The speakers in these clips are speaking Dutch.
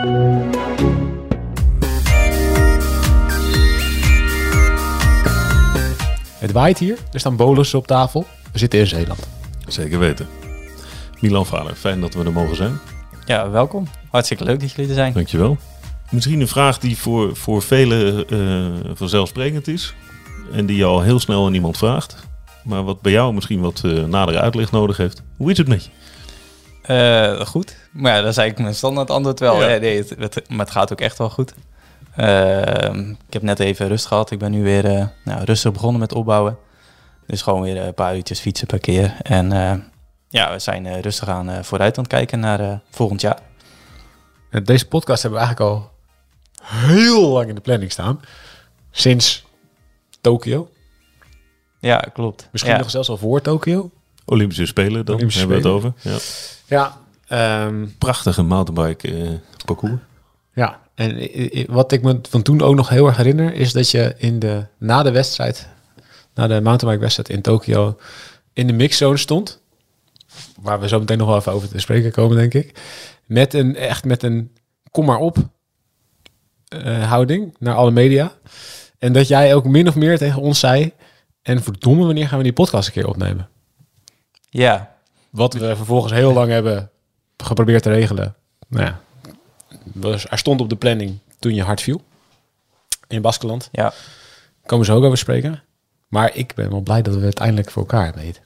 Het waait hier, er staan bolussen op tafel. We zitten in Zeeland. Zeker weten. Milan Vader, fijn dat we er mogen zijn. Ja, welkom. Hartstikke leuk dat jullie er zijn. Dankjewel. Misschien een vraag die voor velen vanzelfsprekend is. En die je al heel snel aan iemand vraagt. Maar wat bij jou misschien wat nadere uitleg nodig heeft. Hoe is het met je? Goed. Maar ja, dat is eigenlijk mijn standaard antwoord wel. Ja. Ja, nee, maar het gaat ook echt wel goed. Ik heb net even rust gehad. Ik ben nu weer rustig begonnen met opbouwen. Dus gewoon weer een paar uurtjes fietsen per keer. En we zijn rustig aan vooruit aan het kijken naar volgend jaar. Deze podcast hebben we eigenlijk al heel lang in de planning staan. Sinds Tokio. Ja, klopt. Misschien nog zelfs al voor Tokio. Olympische Spelen, dan Olympische hebben we het Spelen. over. Ja. Ja, Prachtige mountainbike parcours. ja. En wat ik me van toen ook nog heel erg herinner... is dat je na de mountainbike-wedstrijd in Tokio... in de mixzone stond. Waar we zo meteen nog wel even over te spreken komen, denk ik. Met een kom maar op houding naar alle media. En dat jij ook min of meer tegen ons zei... en verdomme, wanneer gaan we die podcast een keer opnemen? Ja, Wat we vervolgens heel lang hebben geprobeerd te regelen. Nou ja, er stond op de planning toen je hard viel. In Baskeland. ja. Komen we zo ook over spreken. Maar ik ben wel blij dat we het eindelijk voor elkaar hebben. Heet.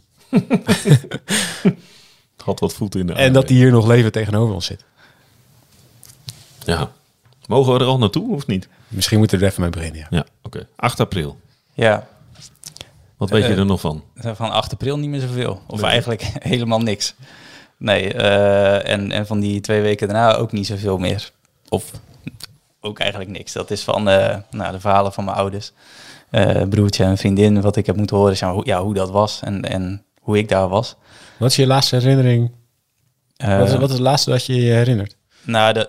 Het had wat voeten in de En aarde. dat die hier nog leven tegenover ons zit. Ja. Mogen we er al naartoe of niet? Misschien moeten we er even mee beginnen. Ja. Ja, oké. 8 april. Ja, Wat weet je er nog van? van 8 april niet meer zoveel. Of Nee. eigenlijk helemaal niks. Nee, en van die 2 weken daarna ook niet zoveel meer. Of ook eigenlijk niks. Dat is van de verhalen van mijn ouders. Broertje en vriendin, wat ik heb moeten horen. Is, hoe dat was en hoe ik daar was. Wat is je laatste herinnering? Wat is het laatste dat je je herinnert? Nou,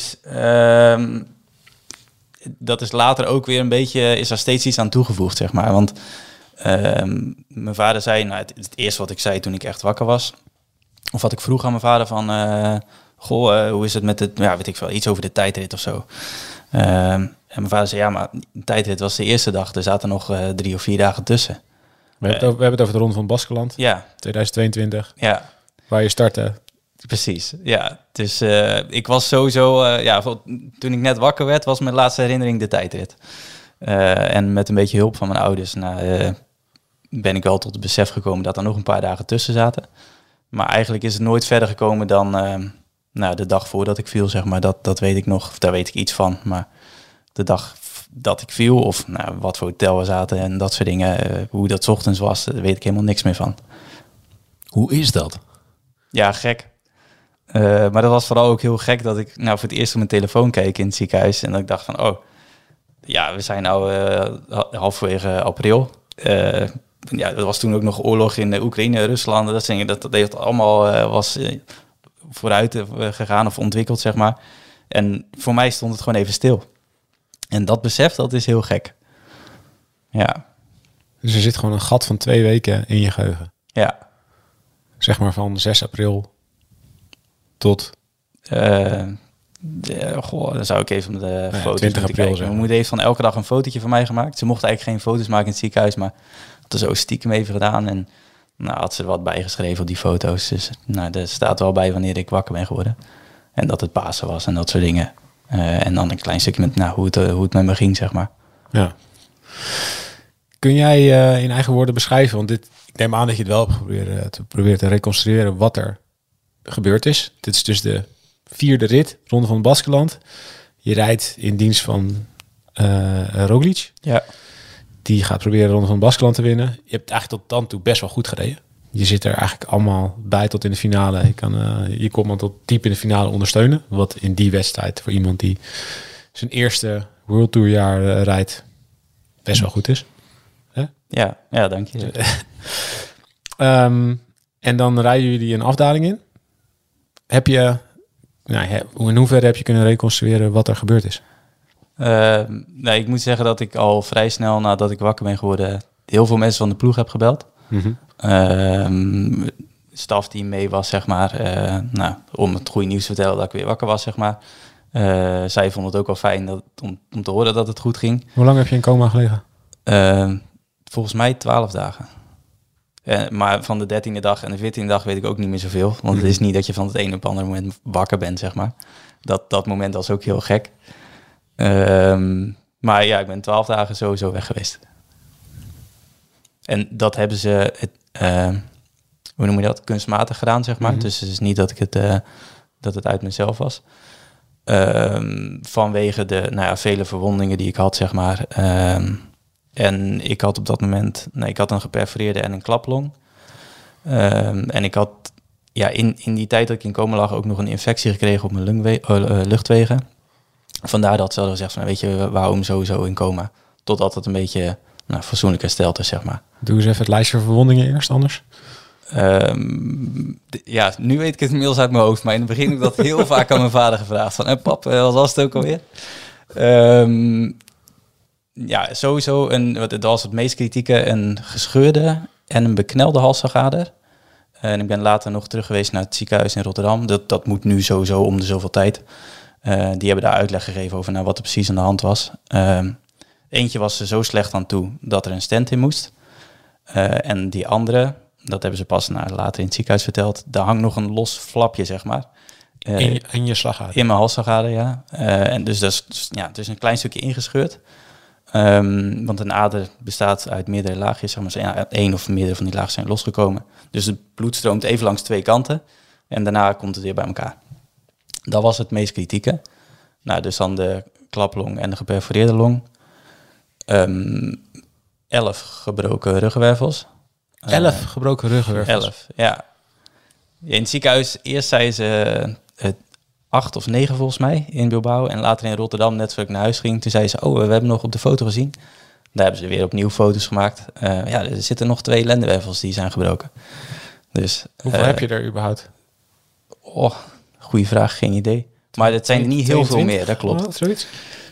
dat is later ook weer een beetje... is er steeds iets aan toegevoegd, zeg maar. Want mijn vader zei... Nou, het eerste wat ik zei toen ik echt wakker was... of wat ik vroeg aan mijn vader van... hoe is het met het... Ja, weet ik veel, iets over de tijdrit of zo. En mijn vader zei... Ja, maar de tijdrit was de eerste dag. Er zaten nog 3 of 4 dagen tussen. We hebben het over de Ronde van Baskeland. Ja, 2022. ja. Waar je startte. Precies, ja. Dus ik was sowieso... toen ik net wakker werd, was mijn laatste herinnering de tijdrit. En met een beetje hulp van mijn ouders... ben ik wel tot het besef gekomen dat er nog een paar dagen tussen zaten. Maar eigenlijk is het nooit verder gekomen dan de dag voordat ik viel, zeg maar. Dat weet ik nog, of daar weet ik iets van. Maar de dag dat ik viel, of wat voor hotel we zaten en dat soort dingen... hoe dat 's ochtends was, daar weet ik helemaal niks meer van. Hoe is dat? Ja, gek. Maar dat was vooral ook heel gek dat ik voor het eerst op mijn telefoon keek in het ziekenhuis. En dat ik dacht van, we zijn halverwege april. Dat was toen ook nog oorlog in de Oekraïne, Rusland. Dat allemaal was vooruit gegaan of ontwikkeld, zeg maar. En voor mij stond het gewoon even stil. En dat besef, dat is heel gek. Ja. Dus er zit gewoon een gat van 2 weken in je geheugen. Ja. Zeg maar van 6 april tot... Dan zou ik even de foto's 20 moeten april kijken. zeg Mijn maar. moeder heeft van elke dag een fotootje van mij gemaakt. Ze mocht eigenlijk geen foto's maken in het ziekenhuis, maar had er zo stiekem even gedaan. En had ze er wat bijgeschreven op die foto's. Dus er staat wel bij wanneer ik wakker ben geworden. En dat het Pasen was en dat soort dingen. En dan een klein stukje met hoe het met me ging, zeg maar. Ja. Kun jij in eigen woorden beschrijven, want ik neem aan dat je het wel hebt geprobeerd te reconstrueren wat er gebeurd is. Dit is dus de 4e rit, Ronde van Baskeland. Je rijdt in dienst van Roglic. Ja. Die gaat proberen de Ronde van Baskeland te winnen. Je hebt eigenlijk tot dan toe best wel goed gereden. Je zit er eigenlijk allemaal bij tot in de finale. Je komt dan tot diep in de finale ondersteunen. Wat in die wedstrijd voor iemand die zijn eerste World Tour jaar rijdt best wel goed is. Ja, dank je. En dan rijden jullie een afdaling in. Heb je, in hoeverre heb je kunnen reconstrueren wat er gebeurd is? Ik moet zeggen dat ik al vrij snel nadat ik wakker ben geworden... heel veel mensen van de ploeg heb gebeld. Staf die mee was, zeg maar. Om het goede nieuws te vertellen dat ik weer wakker was, zeg maar. Zij vond het ook wel fijn om te horen dat het goed ging. Hoe lang heb je in coma gelegen? Volgens mij 12 dagen. Maar van de 13e dag en de 14e dag weet ik ook niet meer zoveel. Want het is niet dat je van het ene op het andere moment wakker bent, zeg maar. Dat moment was ook heel gek. Maar ja, ik ben 12 dagen sowieso weg geweest. En dat hebben ze, hoe noem je dat, kunstmatig gedaan, zeg maar. Dus het is niet dat dat het uit mezelf was. Vanwege de vele verwondingen die ik had, zeg maar. En ik had op dat moment, ik had een geperforeerde en een klaplong. En ik had in die tijd dat ik in coma lag ook nog een infectie gekregen op mijn luchtwegen. Vandaar dat ze hadden gezegd van, weet je, waarom sowieso in coma? Totdat het een beetje fatsoenlijk hersteld is, zeg maar. Doe eens even het lijstje verwondingen eerst, anders. Nu weet ik het inmiddels uit mijn hoofd. Maar in het begin heb ik dat heel vaak aan mijn vader gevraagd. Van, pap, wat was het ook alweer? Sowieso, dat was het meest kritieke, een gescheurde en een beknelde halsslagader. En ik ben later nog terug geweest naar het ziekenhuis in Rotterdam. Dat moet nu sowieso om de zoveel tijd. Die hebben daar uitleg gegeven over wat er precies aan de hand was. Eentje was er zo slecht aan toe dat er een stent in moest. En die andere, dat hebben ze pas later in het ziekenhuis verteld. Daar hangt nog een los flapje, zeg maar. In je slagader? In mijn halsslagader, ja. En dus dat is, het is een klein stukje ingescheurd. Want een ader bestaat uit meerdere laagjes. Zeg maar, één of meerdere van die lagen zijn losgekomen. Dus het bloed stroomt even langs twee kanten. En daarna komt het weer bij elkaar. Dat was het meest kritieke. Dus dan de klaplong en de geperforeerde long. 11 gebroken ruggenwervels. 11 gebroken ruggenwervels? 11, ja. In het ziekenhuis, eerst zeiden ze 8 of 9 volgens mij in Bilbao. En later in Rotterdam, net voordat ik naar huis ging, toen zeiden ze, we hebben nog op de foto gezien. Daar hebben ze weer opnieuw foto's gemaakt. Er zitten nog 2 lendenwervels die zijn gebroken. Dus, hoeveel heb je er überhaupt? Goeie vraag, geen idee. Maar het zijn er niet heel veel meer, dat klopt. Zoiets?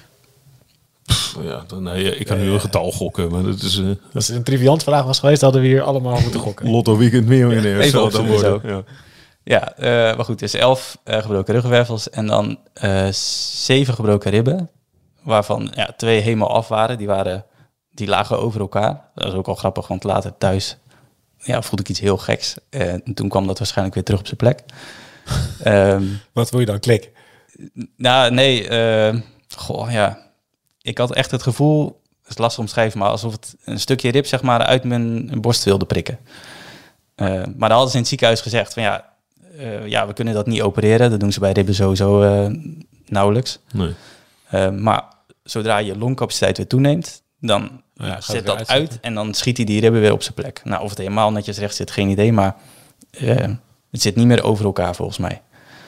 Ik kan nu een getal gokken, maar dat is... Als het een triviant vraag was geweest, hadden we hier allemaal moeten gokken. Lotto Weekend miljonair. Even dan worden. Ja, maar goed, dus 11 gebroken ruggenwervels en dan 7 gebroken ribben, waarvan 2 helemaal af waren. Die lagen over elkaar. Dat is ook al grappig, want later thuis voelde ik iets heel geks. En toen kwam dat waarschijnlijk weer terug op zijn plek. Wat wil je dan, klik? Ik had echt het gevoel, het is lastig omschrijven, maar alsof het een stukje rib zeg maar uit mijn borst wilde prikken. Maar dan hadden ze in het ziekenhuis gezegd van we kunnen dat niet opereren. Dat doen ze bij ribben sowieso nauwelijks. Nee. Maar zodra je longcapaciteit weer toeneemt, dan zet dat uit en dan schiet hij die ribben weer op zijn plek. Of het helemaal netjes recht zit, geen idee, maar het zit niet meer over elkaar volgens mij.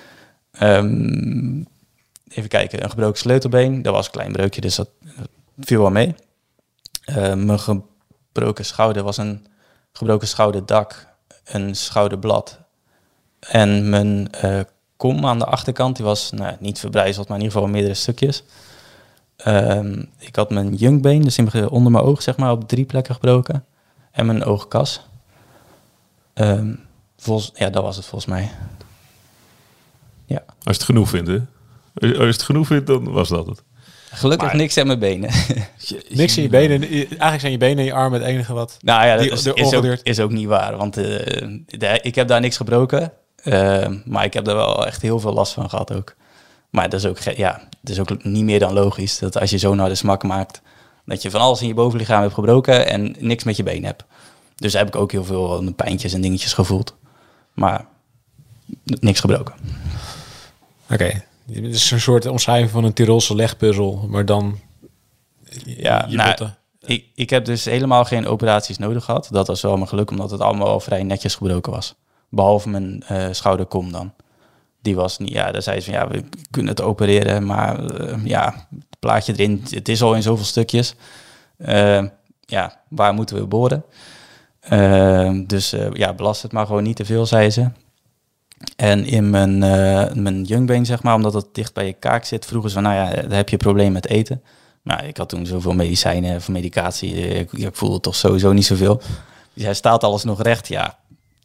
Even kijken, een gebroken sleutelbeen. Dat was een klein breukje, dus dat viel wel mee. Mijn gebroken schouder was een gebroken schouderdak, een schouderblad. En mijn kom aan de achterkant, die was niet verbrijzeld, maar in ieder geval meerdere stukjes. Ik had mijn jungbeen, dus onder mijn oog, zeg maar, op 3 plekken gebroken. En mijn oogkas. Dat was het volgens mij. Ja. Als je het genoeg vindt, hè? Als je het genoeg vindt, dan was dat het. Gelukkig niks aan mijn benen. Niks in je benen. Eigenlijk zijn je benen en je armen het enige wat... Dat is ook niet waar. Want ik heb daar niks gebroken. Maar ik heb daar wel echt heel veel last van gehad ook. Maar dat is ook, het is ook niet meer dan logisch. Dat als je zo'n harde smak maakt, dat je van alles in je bovenlichaam hebt gebroken en niks met je been hebt. Dus daar heb ik ook heel veel pijntjes en dingetjes gevoeld. Maar niks gebroken. Oké. Het is een soort omschrijving van een Tirolse legpuzzel, maar dan... Ik heb dus helemaal geen operaties nodig gehad. Dat was wel mijn geluk, omdat het allemaal wel vrij netjes gebroken was. Behalve mijn schouderkom dan. Die was niet... daar zei ze van, we kunnen het opereren, maar het plaatje erin, het is al in zoveel stukjes. Waar moeten we boren? Belast het maar gewoon niet te veel, zei ze. En in mijn jungbeen, zeg maar, omdat het dicht bij je kaak zit, vroegen ze van, daar heb je een probleem met eten. Maar ik had toen zoveel medicijnen of medicatie, ik voelde toch sowieso niet zoveel. Dus hij staat alles nog recht,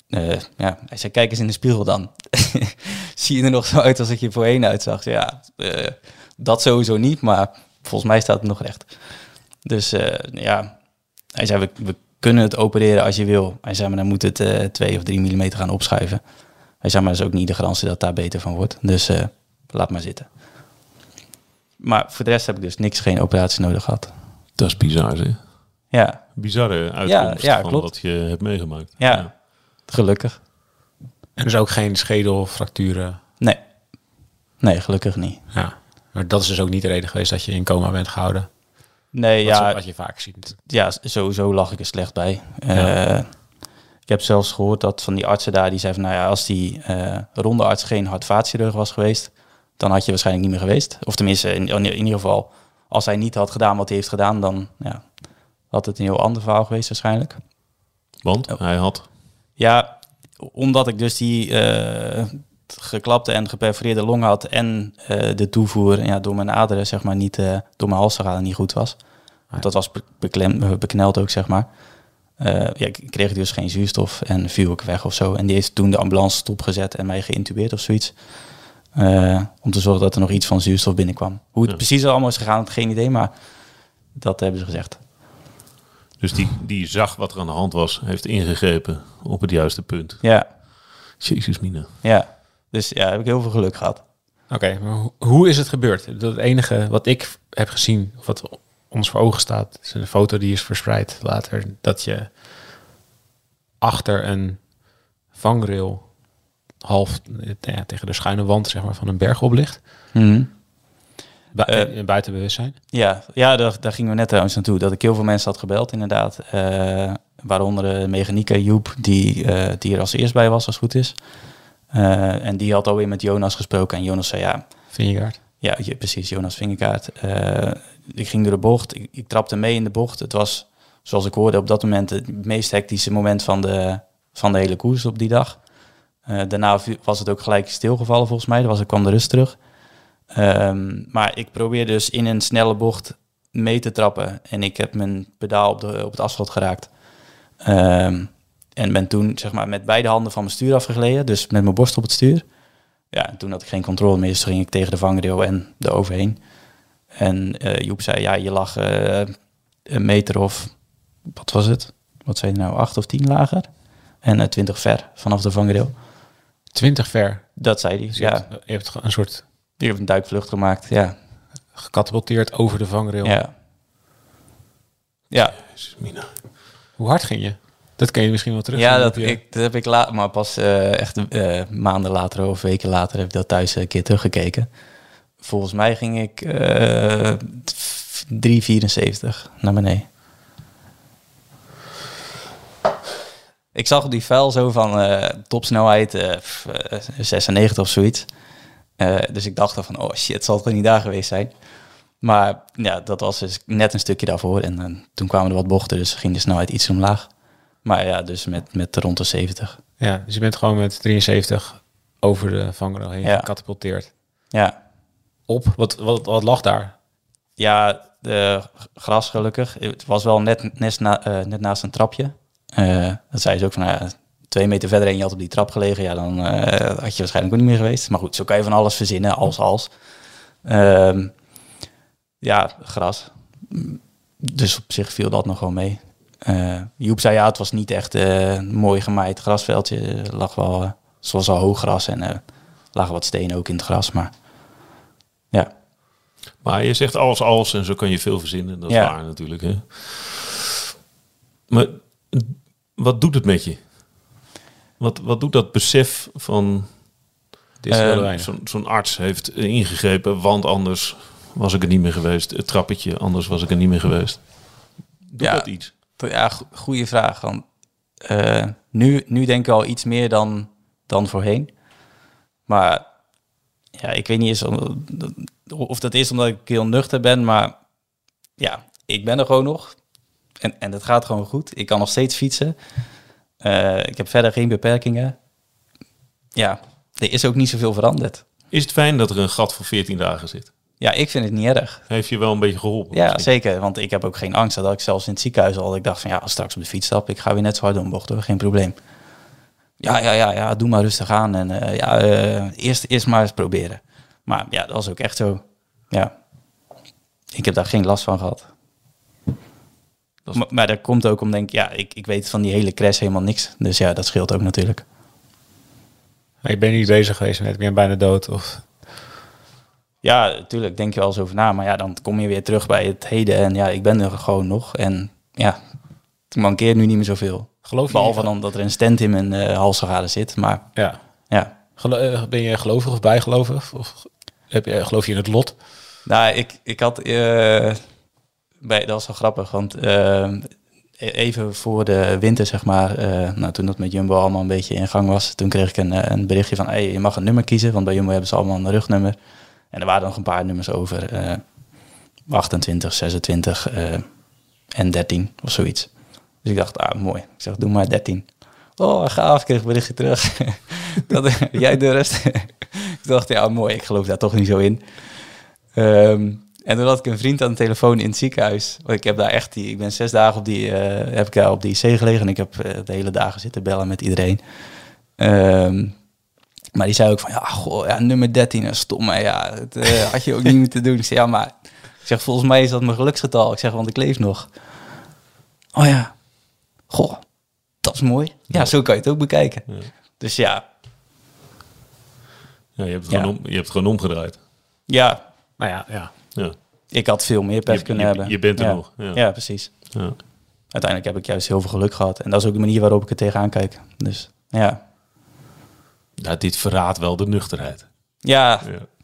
Ja, hij zei, kijk eens in de spiegel dan. Zie je er nog zo uit als ik je voorheen uitzag? Ja, dat sowieso niet, maar volgens mij staat het nog recht. Dus ja, hij zei, we kunnen het opereren als je wil. Hij zei, maar dan moet het 2 of 3 millimeter gaan opschuiven. Hij zei, maar dat is ook niet de garantie dat daar beter van wordt. Dus laat maar zitten. Maar voor de rest heb ik dus geen operatie nodig gehad. Dat is bizar, hè? Ja. Bizarre uitkomst Ja, van klopt. wat je hebt meegemaakt. Ja, gelukkig. En dus ook geen schedelfracturen. Nee, gelukkig niet. Ja. Maar dat is dus ook niet de reden geweest dat je in coma bent gehouden. Nee, Wat je vaak ziet. Ja, sowieso lag ik er slecht bij. Ja. Ik heb zelfs gehoord dat van die artsen daar, die zei van, nou ja, als die ronde arts geen hart-vaatchirurg was geweest, dan had je waarschijnlijk niet meer geweest. Of tenminste, in ieder geval, als hij niet had gedaan wat hij heeft gedaan, dan had het een heel ander verhaal geweest waarschijnlijk. Want hij had... Ja, omdat ik dus die geklapte en geperforeerde long had en de toevoer door mijn aderen, zeg maar, niet door mijn halsslagader niet goed was. Want dat was bekneld ook, zeg maar. Ik kreeg dus geen zuurstof en viel ik weg of zo. En die heeft toen de ambulance stopgezet en mij geïntubeerd of zoiets. Om te zorgen dat er nog iets van zuurstof binnenkwam. Hoe het precies allemaal is gegaan, heb ik geen idee, maar dat hebben ze gezegd. Dus die zag wat er aan de hand was, heeft ingegrepen op het juiste punt. Ja. Jezus mina. Ja, dus ja, heb ik heel veel geluk gehad. Oké, maar hoe is het gebeurd? Het enige wat ik heb gezien, of wat ons voor ogen staat, is een foto die is verspreid later, dat je achter een vangrail half tegen de schuine wand, zeg maar, van een berg op ligt. Buiten bewustzijn. Ja, daar gingen we net trouwens naartoe. Dat ik heel veel mensen had gebeld, inderdaad. Waaronder de mechanieker Joep, die er als eerst bij was, als het goed is. En die had alweer met Jonas gesproken. En Jonas zei, ja... Vingegaard. Ja, precies, Jonas Vingegaard. Ik ging door de bocht. Ik trapte mee in de bocht. Het was, zoals ik hoorde, op dat moment het meest hectische moment van de hele koers op die dag. Daarna was het ook gelijk stilgevallen, volgens mij. Kwam de rust terug. Maar ik probeer dus in een snelle bocht mee te trappen. En ik heb mijn pedaal op het asfalt geraakt. En ben toen, zeg maar, met beide handen van mijn stuur afgegleden. Dus met mijn borst op het stuur. Ja, en toen had ik geen controle meer. Dus ging ik tegen de vangrail en eroverheen. En Joep zei, ja, je lag een meter of... Wat was het? Wat zei je nou? 8 of 10 lager? En 20 ver vanaf de vangrail. 20 ver? Dat zei hij, Dus ja. Je hebt een soort... Je hebt een duikvlucht gemaakt, ja. Gecatapulteerd over de vangrail. Ja. Ja. Jezus mina. Hoe hard ging je? Dat ken je misschien wel terug. Ja, dat heb ik maar pas echt maanden later of weken later heb ik dat thuis een keer teruggekeken. Volgens mij ging ik 3,74 naar beneden. Ik zag op die vuil zo van topsnelheid 96 of zoiets. Dus ik dacht van, oh shit, zal het wel niet daar geweest zijn. Maar ja, dat was dus net een stukje daarvoor. En toen kwamen er wat bochten, dus ging de snelheid iets omlaag. Maar ja, dus met rond de 70. Ja, dus je bent gewoon met 73 over de vangrail heen gecatapulteerd. Ja. Op? Wat lag daar? Ja, de gras gelukkig. Het was wel net naast een trapje. Dat zei ze ook van, nou ja, 2 meter verder en je had op die trap gelegen. Ja, dan had je waarschijnlijk ook niet meer geweest. Maar goed, zo kan je van alles verzinnen, als. Ja, gras. Dus op zich viel dat nog wel mee. Joep zei, ja, het was niet echt mooi gemaaid grasveldje. Lag wel, zoals al hoog gras en lagen wat stenen ook in het gras. Maar ja. Maar je zegt als en zo kan je veel verzinnen. Dat is waar natuurlijk. Hè? Maar wat doet het met je? Wat doet dat besef van... Zo'n arts heeft ingegrepen, want anders was ik er niet meer geweest. Het trappetje, anders was ik er niet meer geweest. Doet dat iets? Ja, goede vraag. Want, nu denk ik al iets meer dan voorheen. Maar ja, ik weet niet eens of dat is omdat ik heel nuchter ben. Maar ja, ik ben er gewoon nog. En het gaat gewoon goed. Ik kan nog steeds fietsen. Ik heb verder geen beperkingen. Ja, er is ook niet zoveel veranderd. Is het fijn dat er een gat van 14 dagen zit? Ja, ik vind het niet erg. Heeft je wel een beetje geholpen? Ja, misschien? zeker. Want ik heb ook geen angst. Dat had ik zelfs in het ziekenhuis al. Ik dacht van ja, als straks op de fiets stap, ik ga weer net zo hard door een bocht, hoor. Geen probleem. ja, doe maar rustig aan. En eerst maar eens proberen. Maar ja, dat was ook echt zo. Ja, ik heb daar geen last van gehad. Maar dat komt ook om, denk ik weet van die hele crash helemaal niks. Dus ja, dat scheelt ook natuurlijk. Maar je bent niet bezig geweest met, ik ben bijna dood of... Ja, natuurlijk denk je wel eens over na. Maar ja, dan kom je weer terug bij het heden. En ja, ik ben er gewoon nog. En ja, het mankeert nu niet meer zoveel. Geloof je Behalve dan dat er een stent in mijn halsslagader zit. Maar ja. Ben je gelovig of bijgelovig? Of geloof je in het lot? Nou, ik had... dat was wel grappig, want even voor de winter, zeg maar... toen dat met Jumbo allemaal een beetje in gang was... toen kreeg ik een berichtje van... je mag een nummer kiezen, want bij Jumbo hebben ze allemaal een rugnummer. En er waren nog een paar nummers over. 28, 26 en 13 of zoiets. Dus ik dacht, mooi. Ik zeg, doe maar 13. Oh, gaaf, ik kreeg een berichtje terug. Jij durft. Ik dacht, ja, mooi, ik geloof daar toch niet zo in. En toen had ik een vriend aan de telefoon in het ziekenhuis. Want ik heb daar echt ik ben 6 dagen heb ik daar op die IC gelegen. En ik heb de hele dagen zitten bellen met iedereen. Maar die zei ook van, nummer 13, stom. Maar ja, dat had je ook niet moeten doen. Ik zei, ja, maar... Ik zeg, volgens mij is dat mijn geluksgetal. Ik zeg, want ik leef nog. Oh ja. Goh, dat is mooi. Ja, zo kan je het ook bekijken. Ja. Dus ja. Ja, je hebt het gewoon omgedraaid. Ja. Nou ja. Ik had veel meer pech kunnen hebben. Je bent er nog. Ja, precies. Ja. Uiteindelijk heb ik juist heel veel geluk gehad. En dat is ook de manier waarop ik er tegenaan kijk. Dus ja. Nou, dit verraadt wel de nuchterheid. Ja,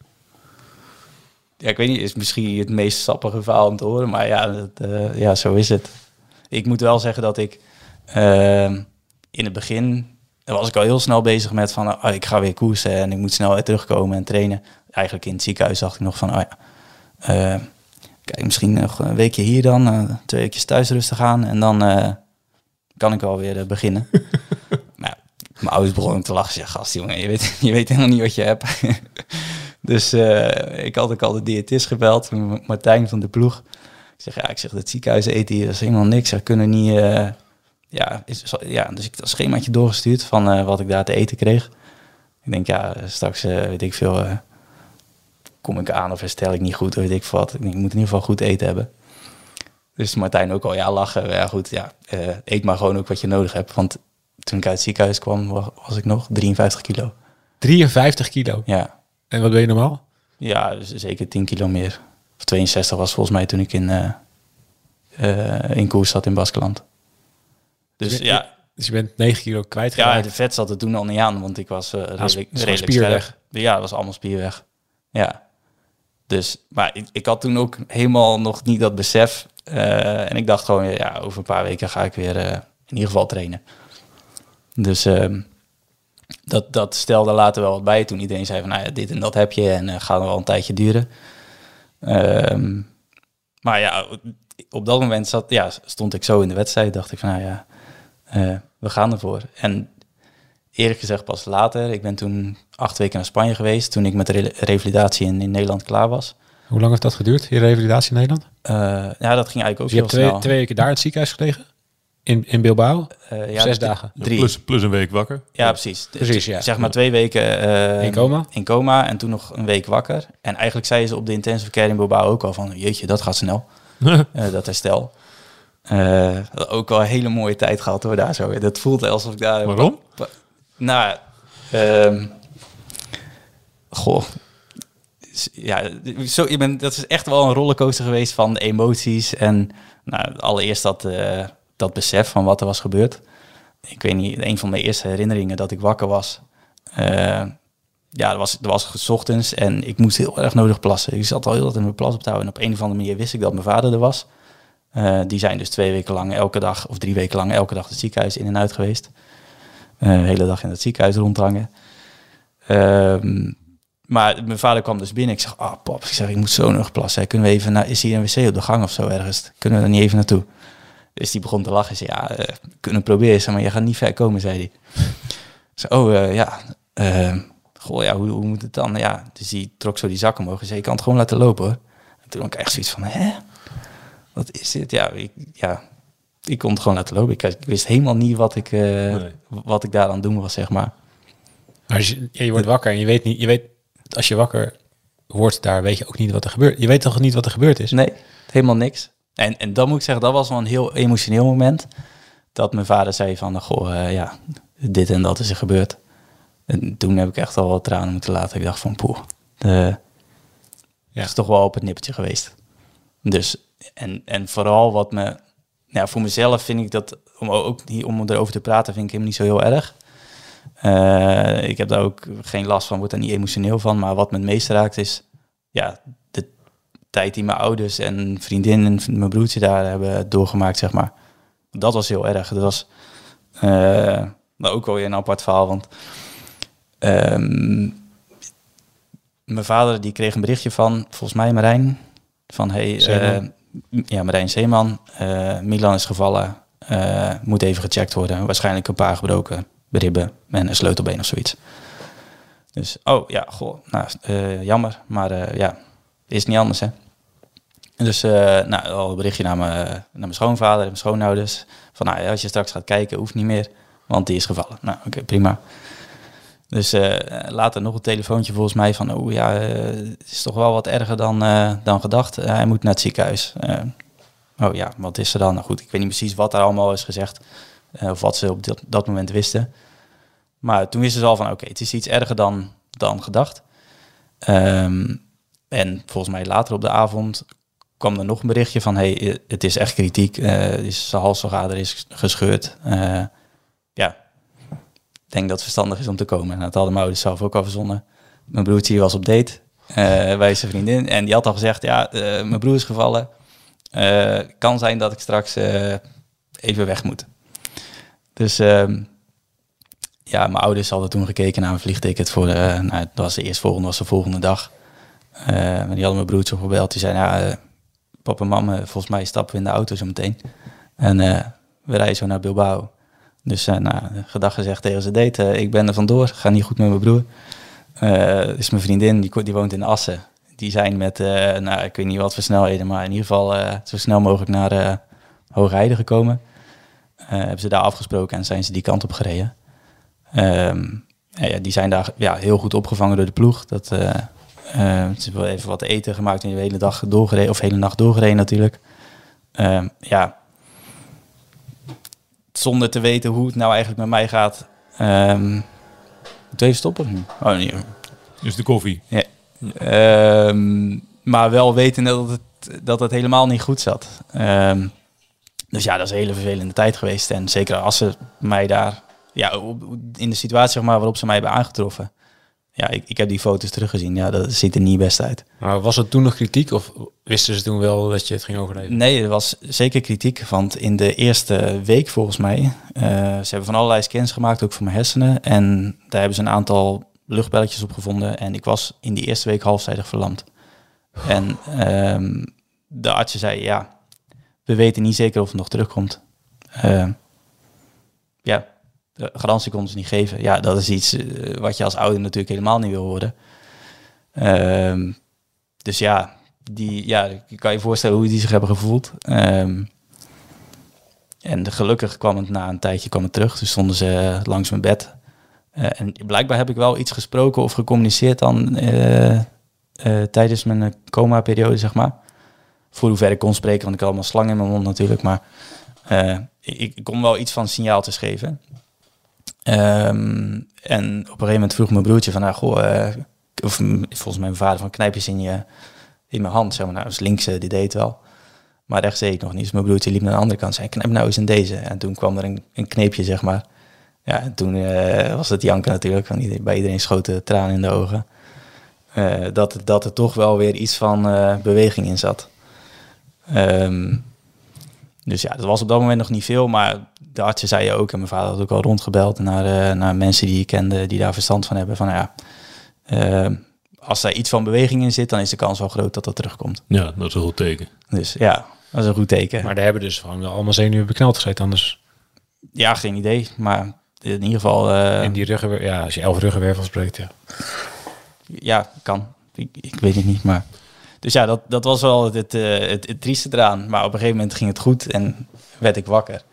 ik weet niet, is misschien het meest sappige verhaal om te horen, maar ja, zo is het. Ik moet wel zeggen dat ik in het begin was ik al heel snel bezig met van, ik ga weer koersen en ik moet snel weer terugkomen en trainen. Eigenlijk in het ziekenhuis dacht ik nog van, kijk, misschien nog een weekje hier dan, 2 weekjes thuis rustig aan en dan kan ik wel weer beginnen. Maar mijn ouders begonnen te lachen. Zeg, gast, jongen, je weet helemaal niet wat je hebt. Dus ik had ook al de diëtist gebeld, Martijn van de ploeg. Ik zeg, het ziekenhuis eten hier, dat is helemaal niks. Ze kunnen niet... dus ik had een schemaatje doorgestuurd van wat ik daar te eten kreeg. Ik denk, straks weet ik veel... kom ik aan of herstel ik niet goed, weet ik veel wat. Ik denk, ik moet in ieder geval goed eten hebben. Dus Martijn ook al, lachen. Ja, goed, eet maar gewoon ook wat je nodig hebt. Want toen ik uit het ziekenhuis kwam, was ik nog 53 kilo. 53 kilo? Ja. En wat ben je normaal? Ja, dus zeker 10 kilo meer. Of 62 was volgens mij toen ik in koers zat in Baskeland. Dus Dus je bent 9 kilo kwijt. Ja, de vet zat er toen al niet aan, want ik was redelijk spierweg. Ja, dat was allemaal spierweg. Ja. Dus, maar ik had toen ook helemaal nog niet dat besef. En ik dacht gewoon, over een paar weken ga ik weer in ieder geval trainen. Dus dat stelde later wel wat bij toen iedereen zei van, dit en dat heb je en gaat nog wel een tijdje duren. Maar ja, op dat moment stond ik zo in de wedstrijd, dacht ik van, we gaan ervoor. En eerlijk gezegd pas later, ik ben toen 8 weken naar Spanje geweest, toen ik met de revalidatie in Nederland klaar was. Hoe lang heeft dat geduurd, je revalidatie in Nederland? Dat ging eigenlijk ook dus je heel hebt 2 weken daar in het ziekenhuis gelegen? In Bilbao? 6 dagen? 3. Plus een week wakker? Ja, precies. Precies, ja. Zeg maar 2 weken in coma en toen nog een week wakker. En eigenlijk zeiden ze op de intensive care in Bilbao ook al van, jeetje, dat gaat snel. Dat herstel. Ook wel een hele mooie tijd gehad hoor, daar zo. Dat voelt alsof ik daar... Waarom? Nou, ja, dat is echt wel een rollercoaster geweest van emoties. En allereerst dat besef van wat er was gebeurd. Ik weet niet, een van mijn eerste herinneringen dat ik wakker was. Dat was 's ochtends en ik moest heel erg nodig plassen. Ik zat al heel wat in mijn plas op te houden. En op een of andere manier wist ik dat mijn vader er was. Die zijn dus 2 weken lang elke dag, of 3 weken lang elke dag het ziekenhuis in en uit geweest. De hele dag in het ziekenhuis rondhangen. Maar mijn vader kwam dus binnen. Ik zeg, pap, ik moet zo nog plassen. Kunnen we even is hier een wc op de gang of zo ergens? Kunnen we er niet even naartoe? Dus die begon te lachen. Zei, kunnen we proberen. Zeg, maar je gaat niet ver komen, zei hij. Hoe moet het dan? Ja, dus die trok zo die zak omhoog en zei, je kan het gewoon laten lopen hoor. En toen had ik echt zoiets van, wat is dit? ik kon het gewoon laten lopen. Ik wist helemaal niet wat ik daar aan het doen was, zeg maar. Maar je wordt wakker en je weet, als je wakker wordt daar, weet je ook niet wat er gebeurt. Je weet toch niet wat er gebeurd is? Nee, helemaal niks. En dan moet ik zeggen, dat was wel een heel emotioneel moment. Dat mijn vader zei van, dit en dat is er gebeurd. En toen heb ik echt al wat tranen moeten laten. Ik dacht van, het is toch wel op het nippertje geweest. Dus, en vooral wat me... Nou, voor mezelf vind ik dat, om erover te praten, vind ik helemaal niet zo heel erg. Ik heb daar ook geen last van, word daar niet emotioneel van. Maar wat me het meest raakt is, de tijd die mijn ouders en vriendin en mijn broertje daar hebben doorgemaakt, zeg maar. Dat was heel erg. Dat was maar ook wel weer een apart verhaal, want mijn vader die kreeg een berichtje van, volgens mij Marijn, van Marijn Zeeman, Milan is gevallen, moet even gecheckt worden. Waarschijnlijk een paar gebroken ribben en een sleutelbeen of zoiets. Dus, jammer, maar is niet anders, hè. Dus al een berichtje naar mijn schoonvader en mijn schoonouders. Van, als je straks gaat kijken, hoeft niet meer, want die is gevallen. Nou, oké, prima. Dus later nog een telefoontje volgens mij van... het is toch wel wat erger dan gedacht. Hij moet naar het ziekenhuis. Wat is er dan? Nou goed, ik weet niet precies wat daar allemaal is gezegd. Of wat ze op dat moment wisten. Maar toen wisten ze al van... Oké, het is iets erger dan gedacht. En volgens mij later op de avond... kwam er nog een berichtje van... het is echt kritiek. Zijn halsslagader is gescheurd. Ik denk dat het verstandig is om te komen. En dat hadden mijn ouders zelf ook al verzonnen. Mijn broertje was op date bij zijn vriendin. En die had al gezegd, mijn broer is gevallen. Kan zijn dat ik straks even weg moet. Dus mijn ouders hadden toen gekeken naar een vliegticket voor dat was de volgende dag. Maar die hadden mijn broertje gebeld. Die zei, papa en mama, volgens mij stappen we in de auto zo meteen. En we rijden zo naar Bilbao. Dus gedag gezegd tegen zijn date, ik ben er vandoor, ga niet goed met mijn broer. Dus mijn vriendin, die woont in Assen. Die zijn met, ik weet niet wat voor snelheden, maar in ieder geval zo snel mogelijk naar Hoge Heide gekomen. Hebben ze daar afgesproken en zijn ze die kant op gereden. Die zijn daar heel goed opgevangen door de ploeg. Ze hebben even wat eten gemaakt en de hele dag doorgereden, of hele nacht doorgereden natuurlijk. Zonder te weten hoe het nou eigenlijk met mij gaat. Moet even stoppen? Oh nee. Dus de koffie. Ja. Maar wel weten dat het helemaal niet goed zat. Dus dat is een hele vervelende tijd geweest. En zeker als ze mij daar... in de situatie zeg maar, waarop ze mij hebben aangetroffen. Ik heb die foto's teruggezien. Dat ziet er niet best uit. Maar was het toen nog kritiek of wisten ze toen wel dat je het ging overleven? Nee, er was zeker kritiek. Want in de eerste week volgens mij... ze hebben van allerlei scans gemaakt, ook voor mijn hersenen. En daar hebben ze een aantal luchtbelletjes op gevonden. En ik was in die eerste week halfzijdig verlamd. En de artsen zeiden, we weten niet zeker of het nog terugkomt. De garantie konden ze niet geven. Dat is iets wat je als ouder natuurlijk helemaal niet wil horen. Dus je kan je voorstellen hoe die zich hebben gevoeld. En gelukkig kwam het na een tijdje terug. Dus stonden ze langs mijn bed. En blijkbaar heb ik wel iets gesproken of gecommuniceerd dan tijdens mijn coma-periode, zeg maar. Voor hoever ik kon spreken, want ik had allemaal slang in mijn mond natuurlijk. Maar ik kon wel iets van signaaltjes geven. En op een gegeven moment vroeg mijn broertje van, of volgens mij mijn vader, van knijp eens in mijn hand. Zeg maar, nou, dus links, die deed het wel. Maar rechts deed ik nog niet. Dus mijn broertje liep naar de andere kant en zei, knijp nou eens in deze. En toen kwam er een kneepje, zeg maar. Ja, en toen was het janken natuurlijk. Bij iedereen schoten tranen in de ogen. Dat er toch wel weer iets van beweging in zat. Dus dat was op dat moment nog niet veel. Maar de artsen zeiden ook, en mijn vader had ook al rondgebeld naar mensen die je kende, die daar verstand van hebben. Van als er iets van beweging in zit, dan is de kans wel groot dat dat terugkomt. Ja, dat is een goed teken. Dus dat is een goed teken. Maar daar hebben dus gewoon wel allemaal zenuwen bekneld gezeten anders. Ja, geen idee. Maar in ieder geval... En die ruggenwervel, als je 11 ruggenwervels spreekt, Ja, kan. Ik weet het niet, maar... Dus dat was wel het trieste eraan. Maar op een gegeven moment ging het goed. En werd ik wakker.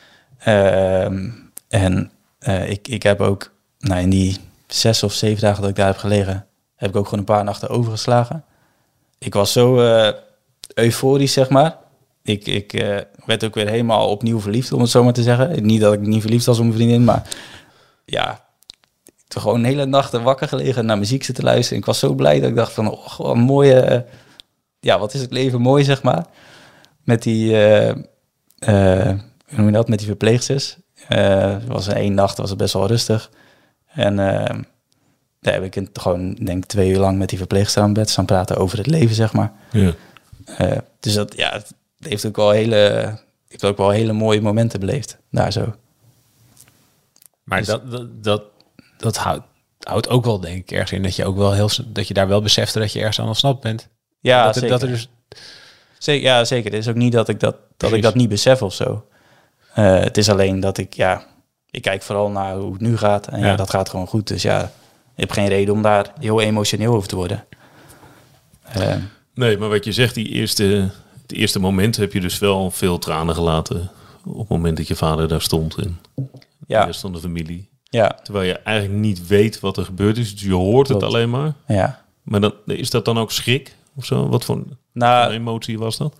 Ik heb ook, in die 6 of 7 dagen dat ik daar heb gelegen, heb ik ook gewoon een paar nachten overgeslagen. Ik was zo euforisch, zeg maar. Ik werd ook weer helemaal opnieuw verliefd, om het zo maar te zeggen. Niet dat ik niet verliefd was op mijn vriendin, maar ja, toen gewoon een hele nacht wakker gelegen, naar muziek zitten luisteren. Ik was zo blij dat ik dacht van, een mooie, wat is het leven mooi, zeg maar. Met die, hoe noem je dat, met die verpleegsters. Het was 1 nacht, was het best wel rustig. En daar heb ik gewoon, denk ik, 2 uur lang met die verpleegster aan bed staan praten over het leven, zeg maar. Ja. Dus dat, het heeft ook wel hele mooie momenten beleefd, daar zo. Maar dus dat houdt ook wel, denk ik, ergens in dat je ook wel dat je daar wel besefte dat je ergens aan ontsnapt bent. Ja, dat zeker. Dat er dus... Ja, zeker. Het is ook niet dat ik dat niet besef of zo. Het is alleen dat ik kijk vooral naar hoe het nu gaat. En dat gaat gewoon goed. Dus je hebt geen reden om daar heel emotioneel over te worden. Nee, maar wat je zegt, het eerste moment heb je dus wel veel tranen gelaten. Op het moment dat je vader daar stond. En de rest van de familie. Ja. Terwijl je eigenlijk niet weet wat er gebeurd is. Dus je hoort het alleen maar. Ja. Maar dan, is dat dan ook schrik of zo? Wat voor emotie was dat?